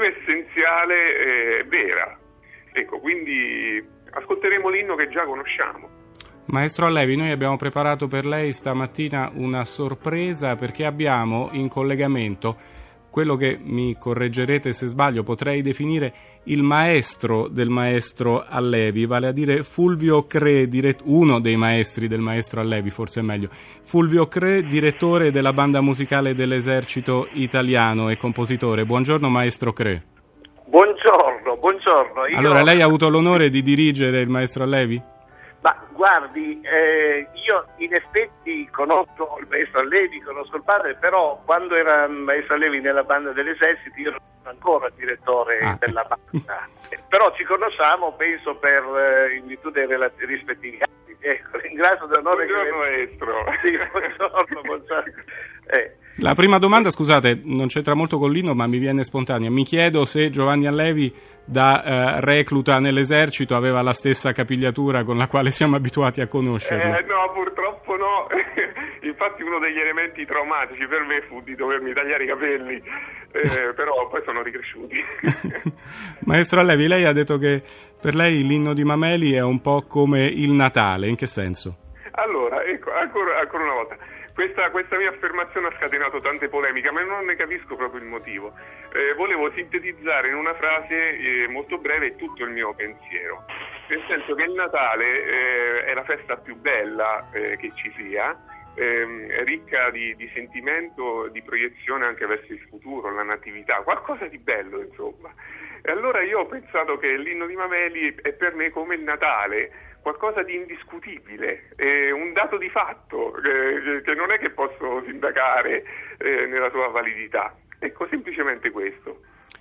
essenziale e vera. Ecco, quindi ascolteremo l'inno che già conosciamo. Maestro Allevi, noi abbiamo preparato per lei stamattina una sorpresa perché abbiamo in collegamento quello che, mi correggerete se sbaglio, potrei definire il maestro del maestro Allevi, vale a dire Fulvio Cre, uno dei maestri del maestro Allevi, forse è meglio. Fulvio Cre, direttore della banda musicale dell'Esercito Italiano e compositore. Buongiorno maestro Cre. Buongiorno. Allora, lei ha avuto l'onore di dirigere il maestro Allevi? Ma guardi, io in effetti conosco il maestro Allevi, conosco il padre, però quando era il maestro Allevi nella banda dell'Esercito io non ero ancora direttore della banda. Però ci conosciamo, penso, in virtù dei rispettivi anni. Ecco, ringrazio d'onore. Buongiorno maestro. Sì, buongiorno. La prima domanda, scusate, non c'entra molto con l'inno, ma mi viene spontanea. Mi chiedo se Giovanni Allevi da recluta nell'esercito aveva la stessa capigliatura con la quale siamo abituati a conoscerlo. No, purtroppo no. Infatti uno degli elementi traumatici per me fu di dovermi tagliare i capelli, però poi sono ricresciuti. Maestro Allevi, lei ha detto che per lei l'inno di Mameli è un po' come il Natale, in che senso? Allora, ecco, ancora una volta. Questa mia affermazione ha scatenato tante polemiche, ma non ne capisco proprio il motivo. Volevo sintetizzare in una frase molto breve tutto il mio pensiero, nel senso che il Natale è la festa più bella che ci sia, ricca di sentimento, di proiezione anche verso il futuro, la natività, qualcosa di bello insomma. E allora io ho pensato che l'inno di Mameli è per me come il Natale, qualcosa di indiscutibile, un dato di fatto che non è che posso sindacare nella sua validità. Ecco, semplicemente questo.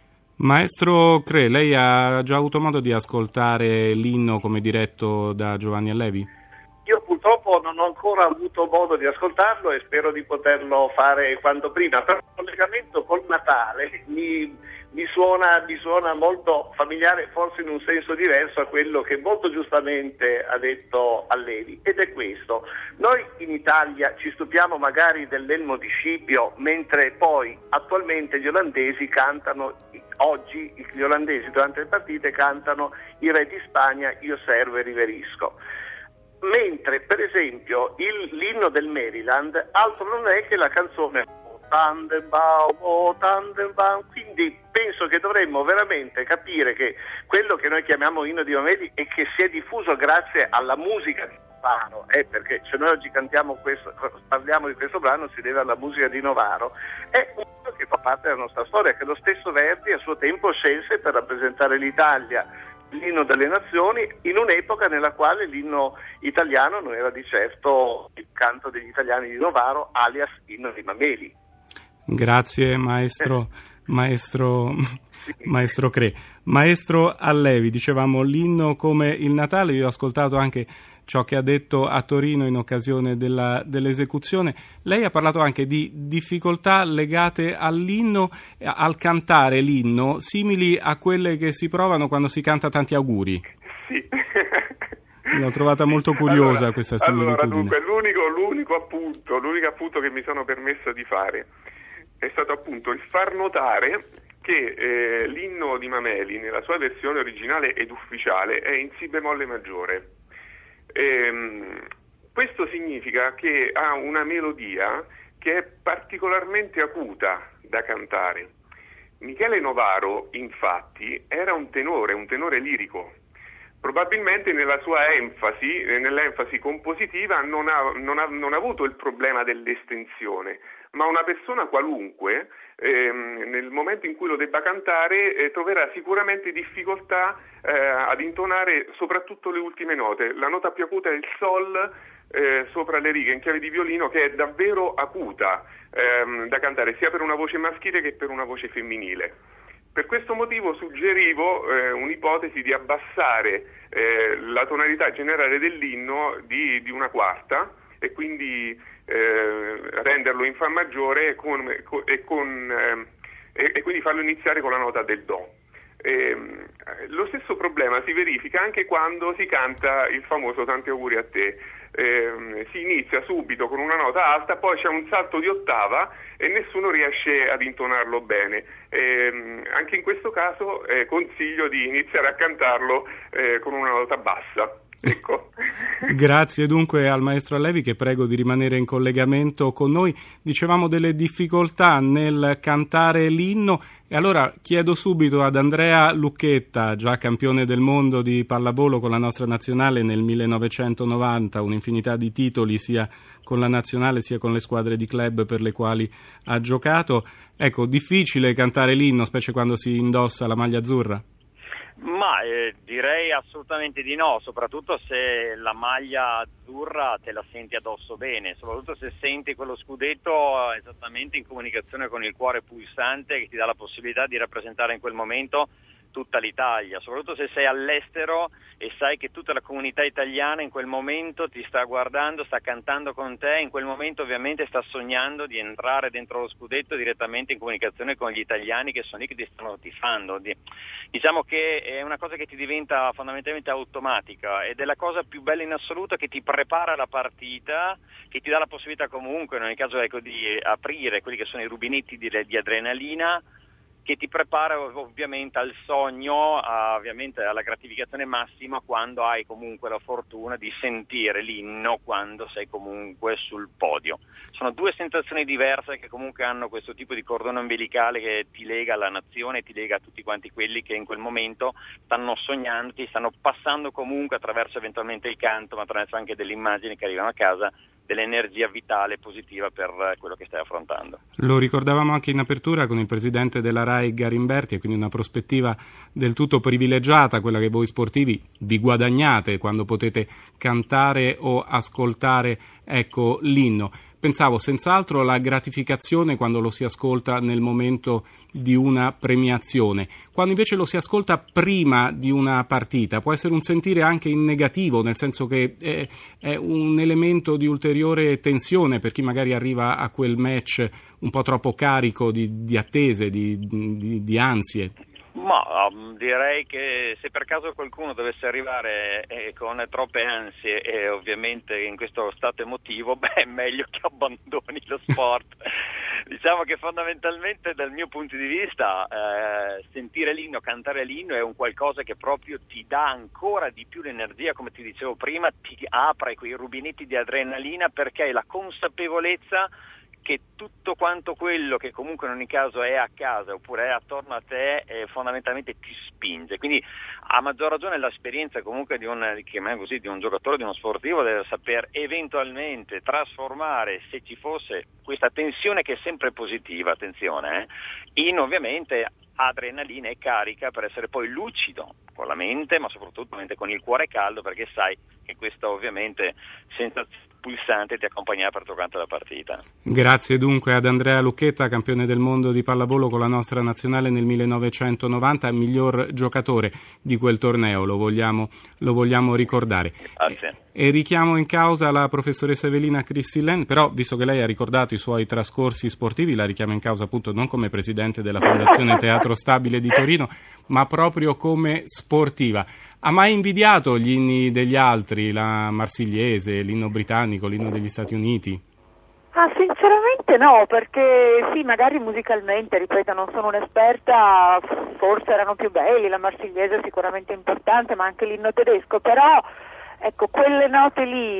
Maestro Cre, lei ha già avuto modo di ascoltare l'inno come diretto da Giovanni Allevi? Io purtroppo non ho ancora avuto modo di ascoltarlo e spero di poterlo fare quanto prima, però il collegamento col Natale mi suona molto familiare, forse in un senso diverso a quello che molto giustamente ha detto Allevi, ed è questo: noi in Italia ci stupiamo magari dell'elmo di Scipio, mentre poi attualmente gli olandesi cantano, oggi gli olandesi durante le partite cantano il Re di Spagna, io servo e riverisco. Mentre per esempio l'inno del Maryland altro non è che la canzone Tannenbaum, oh Tannenbaum. Quindi penso che dovremmo veramente capire che quello che noi chiamiamo inno di Mameli e che si è diffuso grazie alla musica di Novaro, perché se noi oggi parliamo di questo brano si deve alla musica di Novaro, è un che fa parte della nostra storia, che lo stesso Verdi a suo tempo scelse per rappresentare l'Italia, l'inno delle nazioni, in un'epoca nella quale l'inno italiano non era di certo il canto degli italiani di Novaro, alias inno di Mameli. Grazie maestro Cre. Maestro Allevi, dicevamo l'inno come il Natale, io ho ascoltato anche ciò che ha detto a Torino in occasione dell'esecuzione. Lei ha parlato anche di difficoltà legate all'inno, al cantare l'inno, simili a quelle che si provano quando si canta tanti auguri. Sì. L'ho trovata molto curiosa questa similitudine. Dunque, l'unico appunto che mi sono permesso di fare è stato appunto il far notare che l'inno di Mameli nella sua versione originale ed ufficiale è in si bemolle maggiore. Questo significa che ha una melodia che è particolarmente acuta da cantare. Michele Novaro, infatti, era un tenore lirico. Probabilmente nella sua nell'enfasi compositiva non ha avuto il problema dell'estensione, ma una persona qualunque nel momento in cui lo debba cantare troverà sicuramente difficoltà ad intonare soprattutto le ultime note. La nota più acuta è il sol sopra le righe in chiave di violino, che è davvero acuta da cantare sia per una voce maschile che per una voce femminile. Per questo motivo suggerivo un'ipotesi di abbassare la tonalità generale dell'inno di una quarta e quindi renderlo in fa maggiore e quindi farlo iniziare con la nota del do. Lo stesso problema si verifica anche quando si canta il famoso tanti auguri a te. Si inizia subito con una nota alta, poi c'è un salto di ottava e nessuno riesce ad intonarlo bene. Anche in questo caso consiglio di iniziare a cantarlo con una nota bassa. Ecco. Grazie dunque al maestro Allevi, che prego di rimanere in collegamento con noi. Dicevamo delle difficoltà nel cantare l'inno e allora chiedo subito ad Andrea Lucchetta, già campione del mondo di pallavolo con la nostra nazionale nel 1990, un'infinità di titoli sia con la nazionale sia con le squadre di club per le quali ha giocato. Ecco, difficile cantare l'inno, specie quando si indossa la maglia azzurra? Ma direi assolutamente di no, soprattutto se la maglia azzurra te la senti addosso bene, soprattutto se senti quello scudetto esattamente in comunicazione con il cuore pulsante che ti dà la possibilità di rappresentare in quel momento tutta l'Italia, soprattutto se sei all'estero e sai che tutta la comunità italiana in quel momento ti sta guardando, sta cantando con te, in quel momento ovviamente sta sognando di entrare dentro lo scudetto direttamente in comunicazione con gli italiani che sono lì che ti stanno tifando. Diciamo che è una cosa che ti diventa fondamentalmente automatica ed è la cosa più bella in assoluto, che ti prepara la partita, che ti dà la possibilità comunque, nel caso di aprire quelli che sono i rubinetti di adrenalina, che ti prepara ovviamente al sogno, ovviamente alla gratificazione massima quando hai comunque la fortuna di sentire l'inno quando sei comunque sul podio. Sono due sensazioni diverse che comunque hanno questo tipo di cordone ombelicale che ti lega alla nazione, ti lega a tutti quanti quelli che in quel momento stanno sognando, ti stanno passando comunque attraverso eventualmente il canto, ma attraverso anche delle immagini che arrivano a casa, dell'energia vitale positiva per quello che stai affrontando. Lo ricordavamo anche in apertura con il presidente della RAI Garimberti, e quindi una prospettiva del tutto privilegiata, quella che voi sportivi vi guadagnate quando potete cantare o ascoltare l'inno. Pensavo senz'altro alla gratificazione quando lo si ascolta nel momento di una premiazione. Quando invece lo si ascolta prima di una partita può essere un sentire anche in negativo, nel senso che è un elemento di ulteriore tensione per chi magari arriva a quel match un po' troppo carico di attese, di ansie. Ma direi che se per caso qualcuno dovesse arrivare con troppe ansie e ovviamente in questo stato emotivo, è meglio che abbandoni lo sport. Diciamo che fondamentalmente dal mio punto di vista sentire l'inno, cantare l'inno è un qualcosa che proprio ti dà ancora di più l'energia, come ti dicevo prima, ti apre quei rubinetti di adrenalina perché hai la consapevolezza che tutto quanto quello che comunque in ogni caso è a casa oppure è attorno a te fondamentalmente ti spinge, quindi a maggior ragione l'esperienza comunque di un giocatore, di uno sportivo, deve saper eventualmente trasformare, se ci fosse questa tensione che è sempre positiva, attenzione, in ovviamente adrenalina e carica per essere poi lucido con la mente, ma soprattutto con il cuore caldo, perché sai che questa ovviamente sensazione pulsante ti accompagnerà per tutta la partita. Grazie dunque ad Andrea Lucchetta, campione del mondo di pallavolo con la nostra nazionale nel 1990, miglior giocatore di quel torneo, lo vogliamo ricordare. Grazie. E richiamo in causa la professoressa Evelina Cristillen, però visto che lei ha ricordato i suoi trascorsi sportivi, la richiamo in causa appunto non come presidente della Fondazione Teatro Stabile di Torino, ma proprio come sportiva. Ha mai invidiato gli inni degli altri, la Marsigliese, l'inno britannico, l'inno degli Stati Uniti? Sinceramente no, perché sì, magari musicalmente, ripeto, non sono un'esperta, forse erano più belli, la Marsigliese è sicuramente importante, ma anche l'inno tedesco, però ecco, quelle note lì,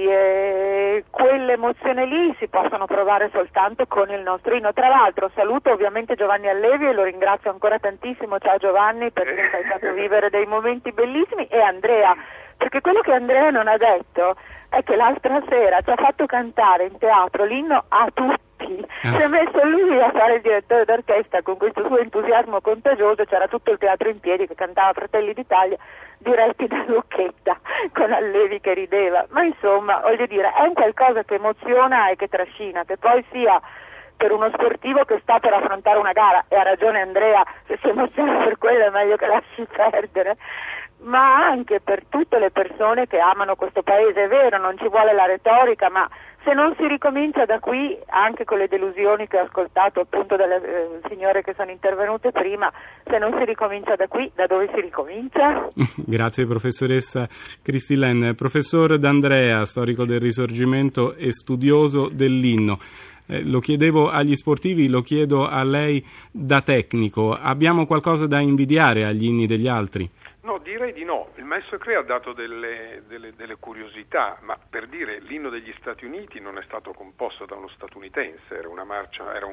quelle emozioni lì si possono provare soltanto con il nostro inno. Tra l'altro saluto ovviamente Giovanni Allevi e lo ringrazio ancora tantissimo, ciao Giovanni, perché ci hai fatto vivere dei momenti bellissimi, e Andrea, perché quello che Andrea non ha detto è che l'altra sera ci ha fatto cantare in teatro l'inno a tutti. Si è messo lui a fare il direttore d'orchestra con questo suo entusiasmo contagioso, c'era tutto il teatro in piedi che cantava Fratelli d'Italia, diretti da Lucchetta, con Allevi che rideva, ma insomma, voglio dire, è un qualcosa che emoziona e che trascina, che poi sia per uno sportivo che sta per affrontare una gara, e ha ragione Andrea, se si emoziona per quello è meglio che lasci perdere, ma anche per tutte le persone che amano questo paese. È vero, non ci vuole la retorica, ma se non si ricomincia da qui, anche con le delusioni che ho ascoltato appunto dalle signore che sono intervenute prima, se non si ricomincia da qui, da dove si ricomincia? Grazie professoressa Cristillen. Professor D'Andrea, storico del Risorgimento e studioso dell'inno. Lo chiedevo agli sportivi, lo chiedo a lei da tecnico. Abbiamo qualcosa da invidiare agli inni degli altri? No, direi di no. Il maestro Crea ha dato delle curiosità, ma per dire, l'inno degli Stati Uniti non è stato composto da uno statunitense, era una marcia, era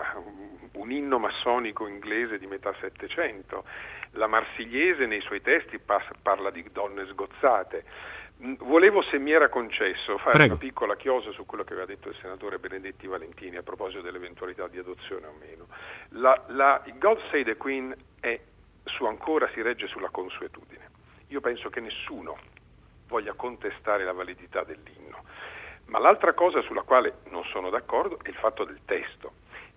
un inno massonico inglese di metà Settecento. La Marsigliese nei suoi testi parla di donne sgozzate. Volevo, se mi era concesso, fare una piccola chiosa su quello che aveva detto il senatore Benedetti Valentini a proposito dell'eventualità di adozione o meno. Il God Save the Queen ancora si regge sulla consuetudine. Io penso che nessuno voglia contestare la validità dell'inno, ma l'altra cosa sulla quale non sono d'accordo è il fatto del testo.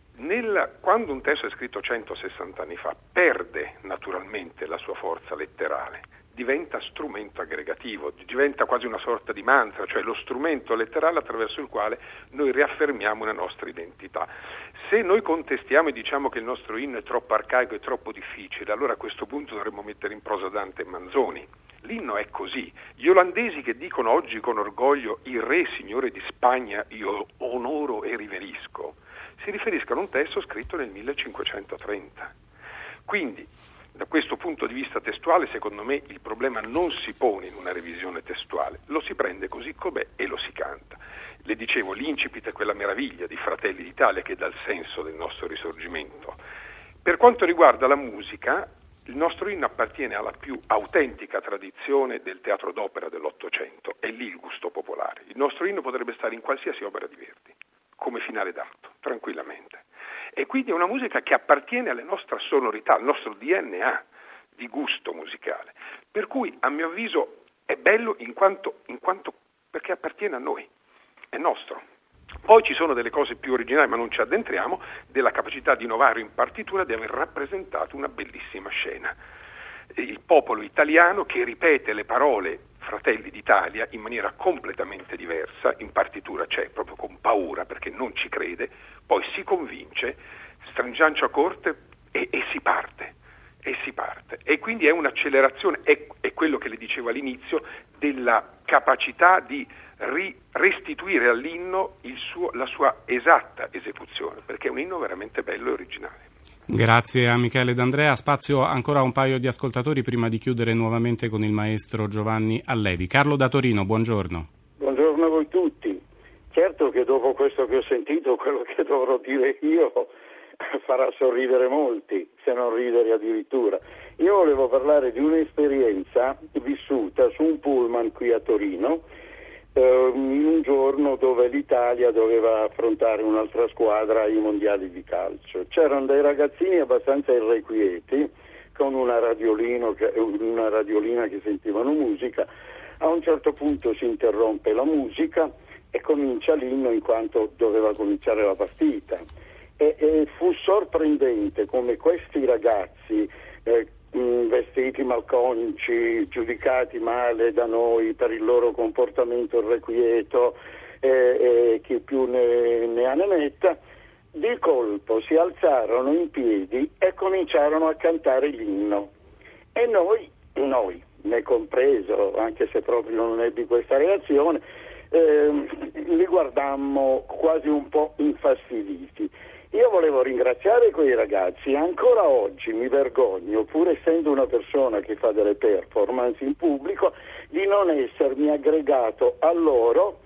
Quando un testo è scritto 160 anni fa, perde naturalmente la sua forza letterale, diventa strumento aggregativo, diventa quasi una sorta di mantra, cioè lo strumento letterale attraverso il quale noi riaffermiamo una nostra identità. Se noi contestiamo e diciamo che il nostro inno è troppo arcaico e troppo difficile, allora a questo punto dovremmo mettere in prosa Dante e Manzoni. L'inno è così. Gli olandesi che dicono oggi con orgoglio il re signore di Spagna io onoro e riverisco, si riferiscono a un testo scritto nel 1530. Quindi, da questo punto di vista testuale, secondo me il problema non si pone in una revisione testuale, lo si prende così com'è e lo si canta. Le dicevo, l'incipit è quella meraviglia di Fratelli d'Italia che dà il senso del nostro risorgimento. Per quanto riguarda la musica, il nostro inno appartiene alla più autentica tradizione del teatro d'opera dell'Ottocento, è lì il gusto popolare. Il nostro inno potrebbe stare in qualsiasi opera di Verdi, come finale d'atto, tranquillamente. E quindi è una musica che appartiene alla nostra sonorità, al nostro DNA di gusto musicale. Per cui, a mio avviso, è bello in quanto perché appartiene a noi, è nostro. Poi ci sono delle cose più originali, ma non ci addentriamo, della capacità di Novaro in partitura di aver rappresentato una bellissima scena. Il popolo italiano che ripete le parole Fratelli d'Italia in maniera completamente diversa, in partitura c'è proprio con paura perché non ci crede, poi si convince, stringiancia corte e si parte. E quindi è un'accelerazione, è quello che le dicevo all'inizio, della capacità di restituire all'inno la sua esatta esecuzione, perché è un inno veramente bello e originale. Grazie a Michele D'Andrea. Spazio ancora a un paio di ascoltatori prima di chiudere nuovamente con il maestro Giovanni Allevi. Carlo da Torino, buongiorno. Buongiorno a voi tutti. Certo che dopo questo che ho sentito, quello che dovrò dire io farà sorridere molti, se non ridere addirittura. Io volevo parlare di un'esperienza vissuta su un pullman qui a Torino, in un giorno dove l'Italia doveva affrontare un'altra squadra ai mondiali di calcio. C'erano dei ragazzini abbastanza irrequieti con una radiolina che sentivano musica. A un certo punto si interrompe la musica e comincia l'inno in quanto doveva cominciare la partita. E fu sorprendente come questi ragazzi vestiti malconici, giudicati male da noi per il loro comportamento irrequieto, chi più ne ha ne metta, di colpo si alzarono in piedi e cominciarono a cantare l'inno. E noi, me compreso, anche se proprio non ebbi questa reazione, li guardammo quasi un po' infastiditi. Io volevo ringraziare quei ragazzi, ancora oggi mi vergogno, pur essendo una persona che fa delle performance in pubblico, di non essermi aggregato a loro.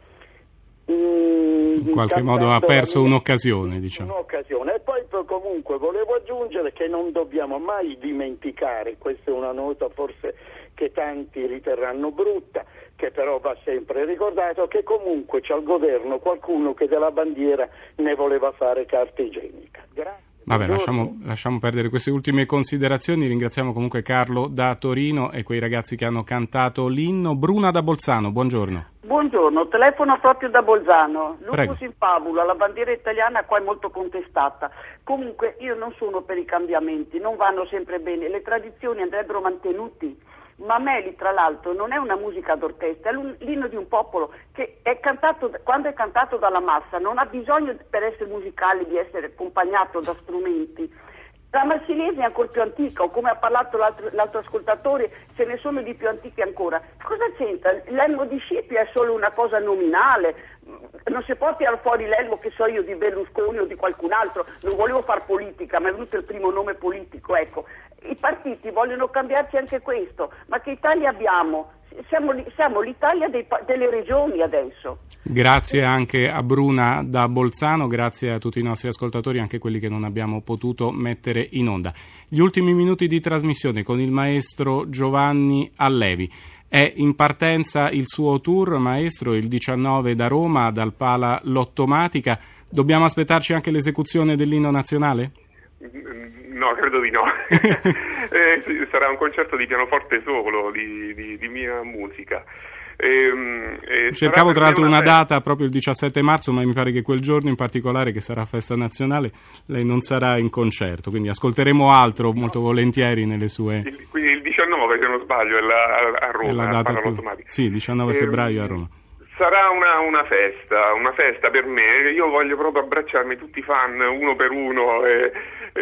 In qualche modo ha perso un'occasione, diciamo. Un'occasione. E poi comunque volevo aggiungere che non dobbiamo mai dimenticare, questa è una nota forse che tanti riterranno brutta, che però va sempre ricordato, che comunque c'è al governo qualcuno che della bandiera ne voleva fare carta igienica. Grazie. Vabbè, lasciamo perdere queste ultime considerazioni. Ringraziamo comunque Carlo da Torino e quei ragazzi che hanno cantato l'inno. Bruna da Bolzano, buongiorno. Buongiorno, telefono proprio da Bolzano. Prego. Lupus in fabula, la bandiera italiana qua è molto contestata. Comunque io non sono per i cambiamenti, non vanno sempre bene, le tradizioni andrebbero mantenuti. Mameli, tra l'altro, non è una musica d'orchestra, è l'inno di un popolo che è cantato, quando è cantato dalla massa, non ha bisogno per essere musicale di essere accompagnato da strumenti. La marsilese è ancora più antica, o come ha parlato l'altro ascoltatore, ce ne sono di più antiche ancora. Cosa c'entra? L'elmo di Scipio è solo una cosa nominale, non si può tirare fuori l'elmo, che so io, di Berlusconi o di qualcun altro. Non volevo far politica, ma è venuto il primo nome politico, ecco. I partiti vogliono cambiarci anche questo, ma che Italia abbiamo? Siamo l'Italia delle regioni adesso. Grazie anche a Bruna da Bolzano, grazie a tutti i nostri ascoltatori, anche quelli che non abbiamo potuto mettere in onda. Gli ultimi minuti di trasmissione con il maestro Giovanni Allevi. È in partenza il suo tour, maestro, il 19 da Roma, dal Pala Lottomatica. Dobbiamo aspettarci anche l'esecuzione dell'inno nazionale? No, credo di no. Sarà un concerto di pianoforte solo, di mia musica. Cercavo tra l'altro una data proprio il 17 marzo, ma mi pare che quel giorno in particolare, che sarà festa nazionale, lei non sarà in concerto, quindi ascolteremo altro molto volentieri nelle sue... Quindi il 19, se non sbaglio, è a Roma, è la data sì, 19 febbraio a Roma. Sarà una festa per me. Io voglio proprio abbracciarmi tutti i fan uno per uno e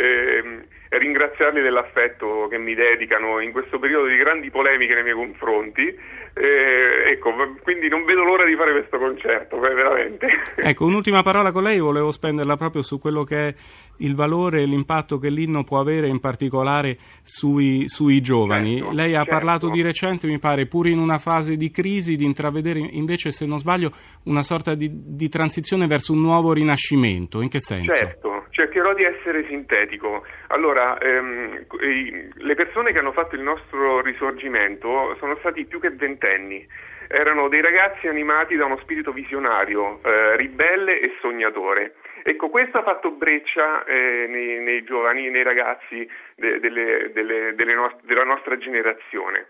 ringraziarli dell'affetto che mi dedicano in questo periodo di grandi polemiche nei miei confronti. Ecco, quindi non vedo l'ora di fare questo concerto, veramente. Ecco, un'ultima parola con lei, volevo spenderla proprio su quello che è il valore e l'impatto che l'inno può avere in particolare sui giovani. Certo, lei ha parlato di recente, mi pare, pur in una fase di crisi, di intravedere invece, se non sbaglio, una sorta di transizione verso un nuovo rinascimento. In che senso? Certo, cercherò di essere sintetico. Allora, le persone che hanno fatto il nostro risorgimento sono stati più che ventenni. Erano dei ragazzi animati da uno spirito visionario, ribelle e sognatore. Ecco, questo ha fatto breccia nei giovani, nei ragazzi della nostra generazione.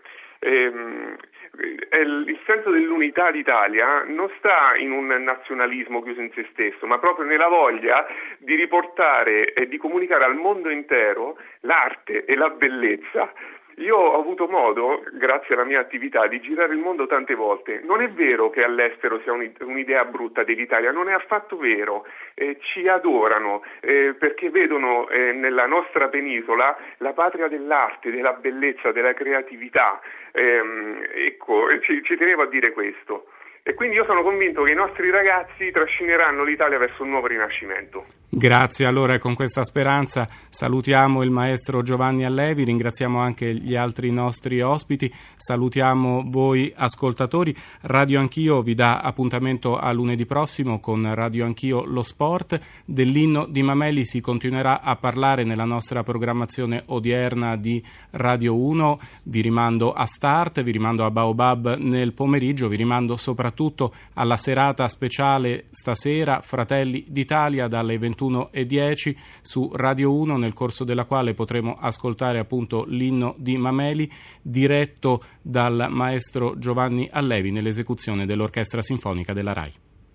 Il senso dell'unità d'Italia non sta in un nazionalismo chiuso in se stesso, ma proprio nella voglia di riportare e di comunicare al mondo intero l'arte e la bellezza. Io ho avuto modo, grazie alla mia attività, di girare il mondo tante volte. Non è vero che all'estero sia un'idea brutta dell'Italia, non è affatto vero. Ci adorano perché vedono nella nostra penisola la patria dell'arte, della bellezza, della creatività. Ecco, ci tenevo a dire questo. e quindi io sono convinto che i nostri ragazzi trascineranno l'Italia verso un nuovo rinascimento. Grazie, allora con questa speranza salutiamo il maestro Giovanni Allevi, ringraziamo anche gli altri nostri ospiti, salutiamo voi ascoltatori. Radio Anch'io vi dà appuntamento a lunedì prossimo con Radio Anch'io lo sport. Dell'inno di Mameli si continuerà a parlare nella nostra programmazione odierna di Radio 1, vi rimando a Start, vi rimando a Baobab nel pomeriggio, vi rimando soprattutto alla serata speciale stasera Fratelli d'Italia dalle 21:10 su Radio 1, nel corso della quale potremo ascoltare appunto l'inno di Mameli diretto dal maestro Giovanni Allevi nell'esecuzione dell'Orchestra Sinfonica della RAI.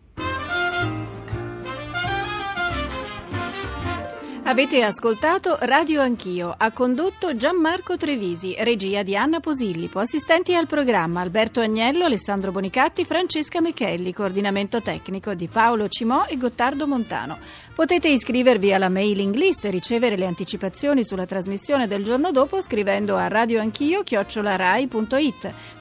Avete ascoltato Radio Anch'io, ha condotto Gianmarco Trevisi, regia di Anna Posillipo, assistenti al programma Alberto Agnello, Alessandro Bonicatti, Francesca Mechelli, coordinamento tecnico di Paolo Cimò e Gottardo Montano. Potete iscrivervi alla mailing list e ricevere le anticipazioni sulla trasmissione del giorno dopo scrivendo a radioanchio@rai.it.